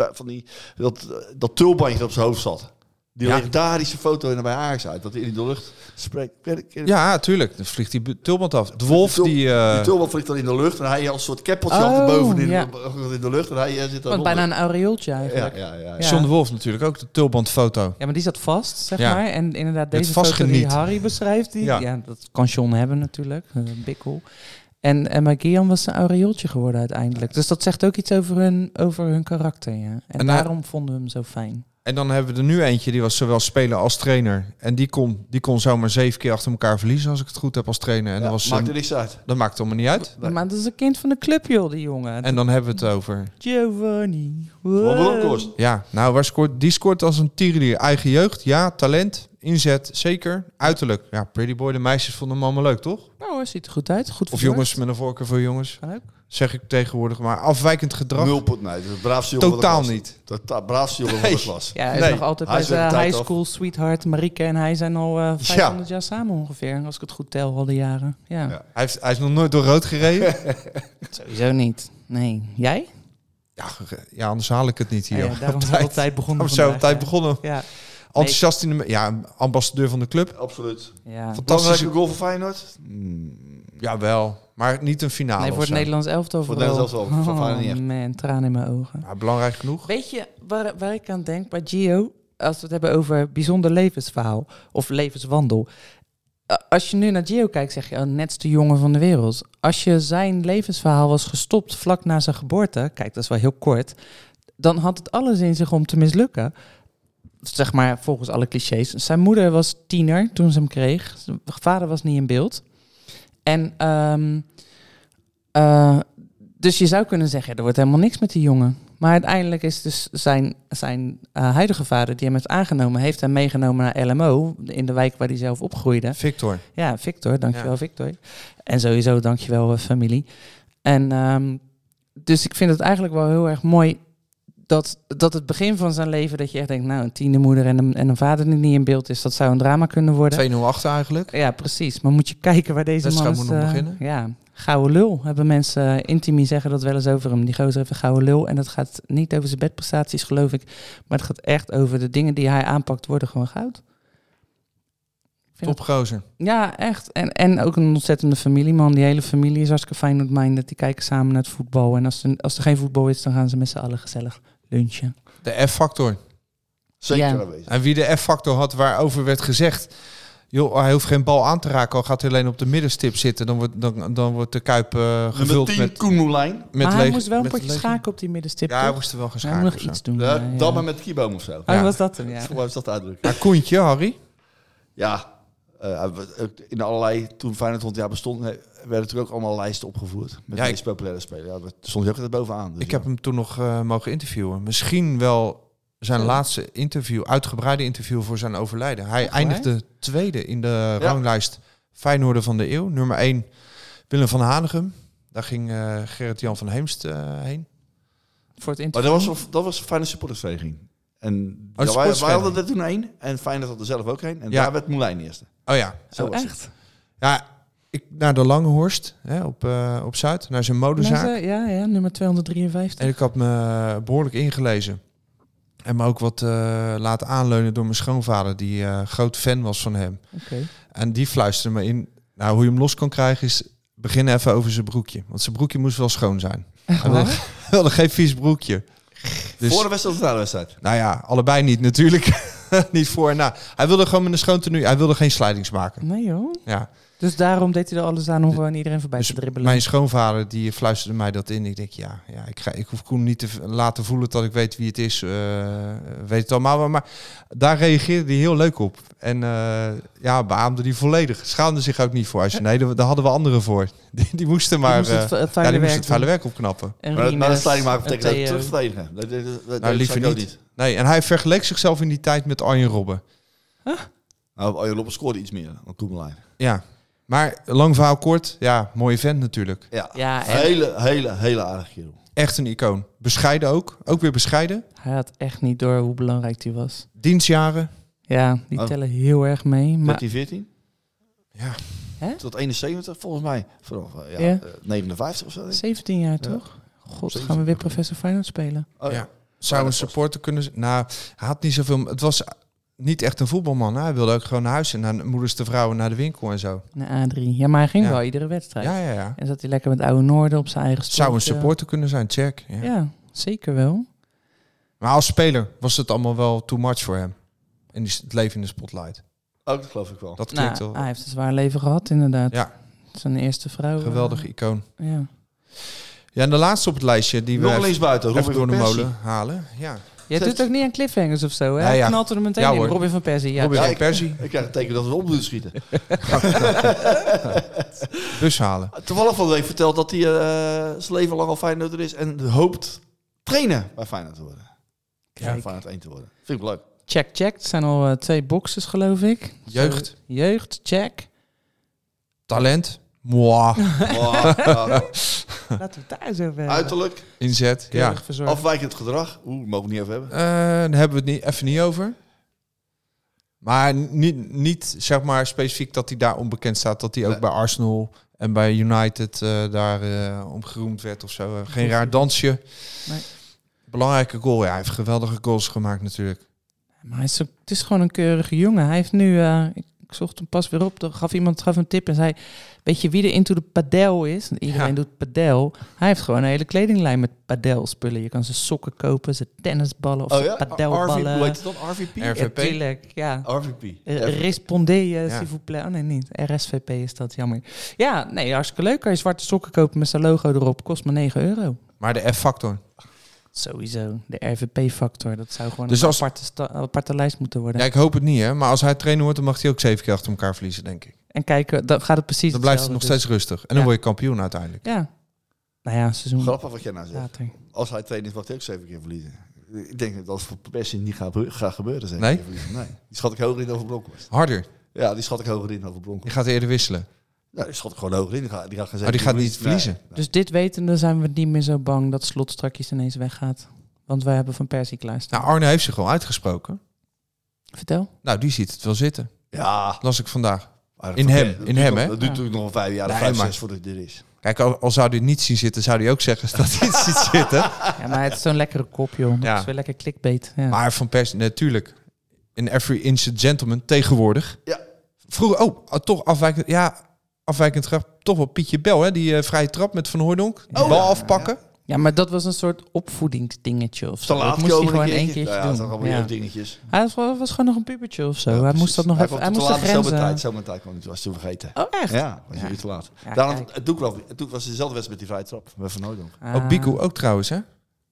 dat tulbandje dat op zijn hoofd zat. Die legendarische foto bij Ajax uit, dat hij in de lucht spreekt. Ja, tuurlijk. Dan vliegt die tulband af. De Wolf die tulband vliegt dan in de lucht en hij als een soort keppeltje boven in de lucht en hij zit daar. Bijna een aureooltje eigenlijk. Ja. John de Wolf natuurlijk ook, de tulbandfoto. Ja, maar die zat vast, zeg Ja. maar. En inderdaad, Het deze foto die vastgeniet. Harry beschrijft, Ja. dat kan John hebben natuurlijk. Bikkel. En bij Gian was een aureooltje geworden uiteindelijk. Dus dat zegt ook iets over hun karakter, ja. En daarom vonden we hem zo fijn. En dan hebben we er nu eentje, die was zowel speler als trainer. En die kon zomaar 7 keer achter elkaar verliezen, als ik het goed heb, als trainer. En dat was, maakt er niks uit. Dat maakt allemaal niet uit. Nee. Maar dat is een kind van de club, joh, die jongen. En dan hebben we het over... Giovanni. Wat Bronkhorst. Ja, nou, die scoort als een tierenlier. Eigen jeugd, ja, talent, inzet, zeker. Uiterlijk, ja, Pretty Boy, de meisjes vonden hem allemaal leuk, toch? Nou, hij ziet er goed uit. Goed Of verzorgd. jongens met een voorkeur voor jongens. Kan ook. Zeg ik tegenwoordig, maar afwijkend gedrag. 0 punt, nee. De braafste jongen Totaal van de niet. klas. De braafste jongen van de klas. Ja, hij is Nee, nog altijd hij bij is weer zijn de tijd high school sweetheart. Marieke en hij zijn al 500 jaar samen ongeveer. Als ik het goed tel, al die jaren. Ja. Hij is nog nooit door rood gereden. Sowieso niet. Nee. Jij? Ja, anders haal ik het niet hier. Ja, daarom zijn we op tijd begonnen Daarom zijn we op tijd vandaag, begonnen. Ja. Enthousiast in de... ambassadeur van de club. Absoluut. Ja. Fantastische goal van Feyenoord. Jawel, maar niet een finale. Nee, voor of het zo. Nederlands elftal Voor het Nederlands elftal, van Feyenoord niet echt. Man, tranen in mijn ogen. Ja, belangrijk genoeg. Weet je waar ik aan denk bij Gio? Als we het hebben over bijzonder levensverhaal of levenswandel. Als je nu naar Gio kijkt, zeg je, netste jongen van de wereld. Als je zijn levensverhaal was gestopt vlak na zijn geboorte, kijk, dat is wel heel kort, dan had het alles in zich om te mislukken. Zeg maar, volgens alle clichés. Zijn moeder was tiener toen ze hem kreeg. Zijn vader was niet in beeld. En dus je zou kunnen zeggen, er wordt helemaal niks met die jongen. Maar uiteindelijk is dus zijn huidige vader, die hem heeft aangenomen, heeft hem meegenomen naar LMO, in de wijk waar hij zelf opgroeide. Victor. Ja, Victor, dankjewel Victor. En sowieso dankjewel familie. En dus ik vind het eigenlijk wel heel erg mooi dat het begin van zijn leven, dat je echt denkt, nou, een tienermoeder en een vader die niet in beeld is, dat zou een drama kunnen worden. 2-0 achter eigenlijk. Ja, precies. Maar moet je kijken waar deze man is. moet nog beginnen. Ja, gouden lul. Hebben mensen, Intimi zeggen dat wel eens over hem. Die gozer heeft een gouden lul. En dat gaat niet over zijn bedprestaties, geloof ik. Maar het gaat echt over de dingen die hij aanpakt, worden gewoon goud. Topgozer. Ja, echt. En ook een ontzettende familieman. Die hele familie is hartstikke Feyenoord-minded. Die kijken samen naar het voetbal. En als er geen voetbal is, dan gaan ze met z'n allen gezellig lunchen. De F-factor. Zeker Ja. aanwezig. En wie de F-factor had waarover werd gezegd, joh, hij hoeft geen bal aan te raken, al gaat hij alleen op de middenstip zitten, dan wordt de Kuip gevuld Nummer 10, met... Koen Moulijn. Maar hij moest wel een potje schaken op die middenstip. Ja, hij toch? moest er wel gaan Hij schaken. moet nog iets doen. Ja, ja. Dan maar met Kieboom of zo. Oh, Ja. was dat hem, ja. Voor mij is dat de uitdrukking. Maar Koentje, Harry? Ja, in allerlei, toen Feyenoord 100 jaar bestond, werden natuurlijk ook allemaal lijsten opgevoerd. Met Ja, de meest populaire spelers. Ja, daar stond hij ook altijd bovenaan. Dus Ik heb hem toen nog mogen interviewen. Misschien wel zijn laatste interview, uitgebreide interview voor zijn overlijden. Hij eindigde tweede in de ranglijst Feyenoorder van de eeuw. Nummer 1 Willem van Hanegem. Daar ging Gerrit-Jan van Heemst heen. Voor het Maar interview. dat was Feyenoord supportersvereniging. En Oh, wij sportsvereniging. hadden er toen één. En Feyenoord had er zelf ook één. En Ja. daar werd Moulijn eerste. Oh ja. Zo was het. echt? Ja, ik naar de Langehorst op Zuid, naar zijn modezaak. Mensen, ja, nummer 253. En ik had me behoorlijk ingelezen. En me ook wat laten aanleunen door mijn schoonvader, die groot fan was van hem. Oké. En die fluisterde me in, nou, hoe je hem los kon krijgen is, begin even over zijn broekje. Want zijn broekje moest wel schoon zijn. Hij wilde geen vies broekje. Dus, Voor de wedstrijd of na de wedstrijd? nou ja, allebei niet natuurlijk. Niet voor en na. Hij wilde gewoon met een schoon tenue, hij wilde geen slidings maken. Nee joh. Ja. Dus daarom deed hij er alles aan om gewoon iedereen voorbij Dus te dribbelen. mijn schoonvader die fluisterde mij dat in. Ik denk, ik hoef Koen niet te laten voelen dat ik weet wie het is. Weet het al. Maar daar reageerde hij heel leuk op. En beaamde hij volledig. Schaamde zich ook niet voor. Hij zei, nee, daar hadden we anderen voor. Die moesten maar... moest het vuile werk doen. opknappen. En Maar de Riemes, slijding maken betekent en ook Theo. terugverdedigen. Dat Nou, liever zou ik niet. ook Nee, en hij vergeleek zichzelf in die tijd met Arjen Robben. Nou, Arjen Robben scoorde iets meer dan Koen Moulijn. Ja. Maar lang verhaal kort. Ja, mooie vent natuurlijk. Ja, en Hele aardige kerel. Echt een icoon. Bescheiden ook. Ook weer bescheiden. hij had echt niet door hoe belangrijk hij was. Dienstjaren. Ja, die Oh. tellen heel erg mee. Maar 13, 14? Ja. Hè? Tot 71 volgens mij. Vanaf 59 of zo. denk ik. 17 jaar, toch? God, gaan we weer professor Feyenoord spelen. Oh, Ja. Zou een supporter kunnen zijn? Nou, hij had niet zoveel. Het was niet echt een voetbalman. Hè? Hij wilde ook gewoon naar huis en naar moeders de vrouwen naar de winkel en zo. Naar A3. Ja, maar hij ging Ja. wel iedere wedstrijd. Ja. En zat hij lekker met Oude Noorden op zijn eigen Het zou een stoeltje. supporter kunnen zijn, check. Ja. Ja, zeker wel. Maar als speler was het allemaal wel too much voor hem. En het leven in de spotlight. Ook dat geloof ik wel. Dat klinkt Nou, wel. hij heeft een zwaar leven gehad, inderdaad. Ja. Zijn eerste vrouw. Geweldige icoon. Ja. Ja, en de laatste op het lijstje die we Nog links buiten, even Robin door de van Persie. molen halen. Ja. Jij doet ook niet aan cliffhangers of zo, hè? Ja, ja. Knalt er meteen Ja, in. hoor. Robin van Persie, ja. Robin Ja, van Persie, Ik krijg een teken dat we op moeten schieten. bus halen. Toevallig van de week verteld dat hij zijn leven lang al Feyenoorder is en hoopt trainen bij Feyenoord te worden. Ja, Kijk. Feyenoord 1 te worden. Vind ik leuk. Check. Het zijn al 2 boxes, geloof ik. Jeugd. Zo, jeugd, check. Talent. Mwah. Laten we het daar zo over Uiterlijk, Inzet. Ja. Keurig verzorgd. afwijkend gedrag. Mogen we niet over hebben. Daar hebben we het even niet over. Maar niet zeg maar specifiek dat hij daar onbekend staat. Dat hij ook Nee. bij Arsenal en bij United daar om geroemd werd of zo. Geen raar dansje. Nee. Belangrijke goal. Ja, hij heeft geweldige goals gemaakt natuurlijk. Maar het is gewoon een keurige jongen. Hij heeft nu... ik zocht hem pas weer op. Er gaf iemand een tip en zei... Weet je wie er into de padel is? Iedereen doet padel. Hij heeft gewoon een hele kledinglijn met padelspullen. Je kan zijn sokken kopen, zijn tennisballen of zijn padelballen. Hoe heet het dan? RVP? RVP. Ja, tuurlijk, ja. RVP. Respondez, Ja. s'il vous plaît. Oh nee, niet. RSVP is dat, jammer. Ja, nee, hartstikke leuk. Kan je zwarte sokken kopen met zijn logo erop. Kost maar €9. Maar de F-factor. Sowieso. De RVP-factor. Dat zou gewoon Dus een als- aparte lijst moeten worden. Ja, ik hoop het niet, hè. Maar als hij trainer wordt, dan mag hij ook 7 keer achter elkaar verliezen, denk ik. En kijken, dan gaat het precies Dan blijft het nog hetzelfde. steeds rustig. En dan Ja. word je kampioen uiteindelijk. Ja. Nou ja, seizoen Grappig wat jij nou zegt. later. Als hij trainer is, mag hij ook 7 keer verliezen. Ik denk dat dat voor Persie niet gaat gebeuren. 7 Nee? keer verliezen. Nee. Die schat ik hoger in over Bronkhorst. Harder. Ja, die schat ik hoger in over Je Bronkhorst. gaat eerder wisselen. Ja, die schat ik gewoon hoger in. Die gaat geen 7 Maar die keer gaat niet verliezen. Nee. Dus dit wetende zijn we niet meer zo bang dat Slot strakjes ineens weggaat. Want wij hebben Van Persie klaarstaan. Nou, Arne heeft zich al uitgesproken. Vertel. Nou, die ziet het wel zitten. Ja. Las ik vandaag. Maar In dat hem, duurt in hem, nog- hè? Dat duurt natuurlijk nog een 5 jaar, Nee, 5, maar- 6 voordat hij er is. Kijk, al zou hij het niet zien zitten, zou hij ook zeggen dat hij het ziet zitten. Ja, maar het is zo'n lekkere kop, joh. Dat Ja. is weer lekker clickbait. Ja. Maar Van Persie, natuurlijk. In every inch a gentleman tegenwoordig. Ja. Vroeger, toch afwijkend. Ja, afwijkend grap. Toch wel Pietje Bel, hè? Die vrije trap met Van Hooijdonk. Die bal afpakken. Ja, maar dat was een soort opvoedingsdingetje of Te zo. laat Dat moest hij komen gewoon een één keertje. keertje Ja, dat doen. zijn allemaal Ja. jeugddingetjes. Hij was gewoon nog een pubertje of zo. Ja, hij precies. moest dat nog Hij even... kwam Hij te moest de laat, grenzen... zomertijd kwam niet, was toen vergeten. Oh, echt? Ja, was Ja. je te laat. Ja, Daarom, kijk. toen was het dezelfde wedstrijd met die vrije trap. Met Van Hooijdonk. Ah. Ook Biku, ook trouwens, hè?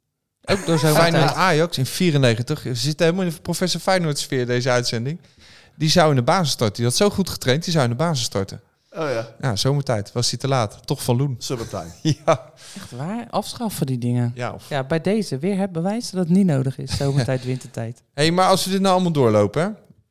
Ook door zo'n Feyenoord tijd. Ajax in 94. We zitten helemaal in de professor Feyenoord sfeer deze uitzending. Die zou in de basis starten. Die had zo goed getraind, die zou in de basis starten. Oh ja, Ja, zomertijd. Was hij te laat. Toch van Loen. summertime. Ja. Echt waar? Afschaffen die dingen. Ja, of... Ja, bij deze weer het bewijs dat het niet nodig is. Zomertijd, wintertijd. Hey, maar als we dit nou allemaal doorlopen, hè?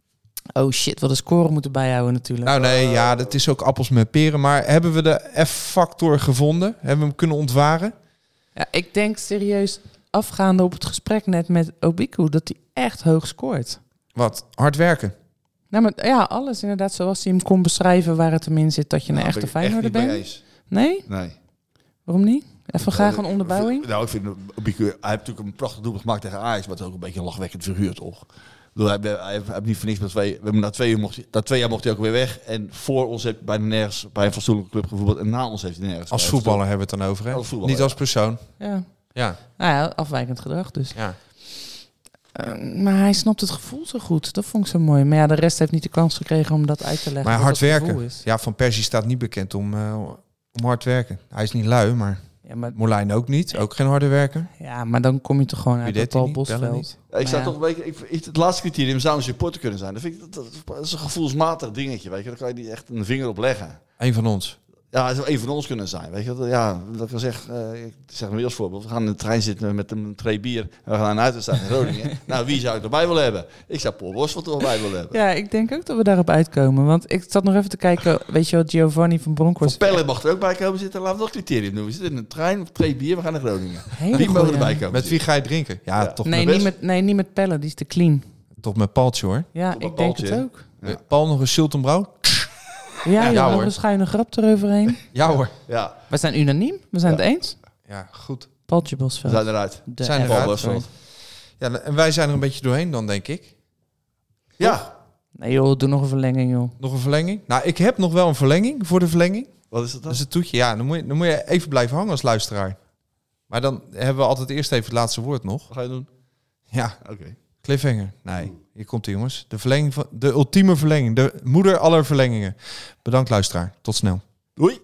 Oh shit, wat een score moeten bijhouden natuurlijk. Nou nee, ja, dat is ook appels met peren. Maar hebben we de F-factor gevonden? Hebben we hem kunnen ontwaren? Ja, ik denk serieus, afgaande op het gesprek net met Obiku, dat hij echt hoog scoort. Wat? Hard werken. Nou, maar ja, alles inderdaad zoals hij hem kon beschrijven waar het hem in zit dat je een Nou, echte ben ik echt Feyenoorder niet mee bent. eens. Nee? Nee. Waarom niet? Even graag een onderbouwing. Nou, ik vind Obiku, hij heeft natuurlijk een prachtig doelpunt gemaakt tegen Ajax, maar het is ook een beetje een lachwekkend figuur, toch? Ik bedoel, hij heeft niet voor niks met twee. We hebben na 2 jaar mocht hij ook weer weg. En voor ons heeft hij bijna nergens bij een fatsoenlijke club gevoetbald. En na ons heeft hij nergens. Als bij voetballer hebben we het dan over, hè? Als voetballer, Niet als ja. persoon. Ja. Ja, Nou ja, afwijkend gedrag dus. ja. Maar hij snapt het gevoel zo goed. Dat vond ik zo mooi. Maar ja, de rest heeft niet de kans gekregen om dat uit te leggen. Maar wat hard dat gevoel werken. is. Ja, Van Persie staat niet bekend om hard werken. Hij is niet lui, maar Ja, maar, Molijn ook niet. Ook geen harde werker. ja, maar dan kom je toch gewoon uit Guidetti Paul niet, Bellen Bosveld. niet. Ja, ik zou Maar toch een beetje. Het laatste criterium zou een supporter kunnen zijn. Dat vind ik dat is een gevoelsmatig dingetje. Weet je, daar kan je niet echt een vinger op leggen. Eén van ons. Ja, het zou een van ons kunnen zijn. Weet je, ja, dat ik wel zeg, ik zeg maar weer als voorbeeld. We gaan in de trein zitten met een tray bier. En we gaan naar een uitwedstrijd in Groningen. Nou, wie zou ik erbij willen hebben? Ik zou Paul Bosveld erbij willen hebben. Ja, ik denk ook dat we daarop uitkomen. Want ik zat nog even te kijken, weet je wat, Giovanni van Bronckhorst... Van Pelle mag er ook bij komen zitten. Laten we dat criterium doen. We zitten in een trein, tray bier, we gaan naar Groningen. Hele Wie mogen goeie. erbij komen? Met wie ga je drinken? Ja, Ja. toch, Nee, met niet met Pelle, die is te clean. toch met Paltje, hoor. Ja, Op ik een denk baltje, het ook. Ja. Paul nog een Schultenbrouw? Ja, Ja, nog hoor. een schuine grap eroverheen. Ja hoor. Ja, We zijn unaniem. We zijn het eens. Ja, goed. Paultje we Bosveld. zijn eruit. De Zijn F. eruit. Paul Bosveld. Ja, en wij zijn er een beetje doorheen dan, denk ik. Ja, Nee joh, doe nog een verlenging joh. Nog een verlenging? Nou, ik heb nog wel een verlenging voor de verlenging. wat is het dan? Dat is het toetje. Ja, dan moet je even blijven hangen als luisteraar. Maar dan hebben we altijd eerst even het laatste woord nog. Wat ga je doen? Ja, Oké. cliffhanger. Nee, hier komt ie jongens. De verlenging van de ultieme verlenging. De moeder aller verlengingen. Bedankt luisteraar. Tot snel. Doei.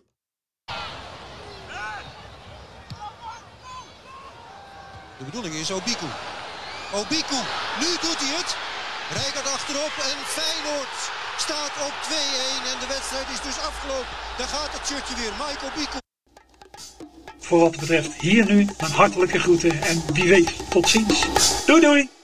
De bedoeling is Obiku. Obiku, nu doet hij het. Rijkaard achterop en Feyenoord staat op 2-1 en de wedstrijd is dus afgelopen. Daar gaat het shirtje weer, Mike Obiku. Voor wat betreft hier nu mijn hartelijke groeten en wie weet tot ziens. Doei doei!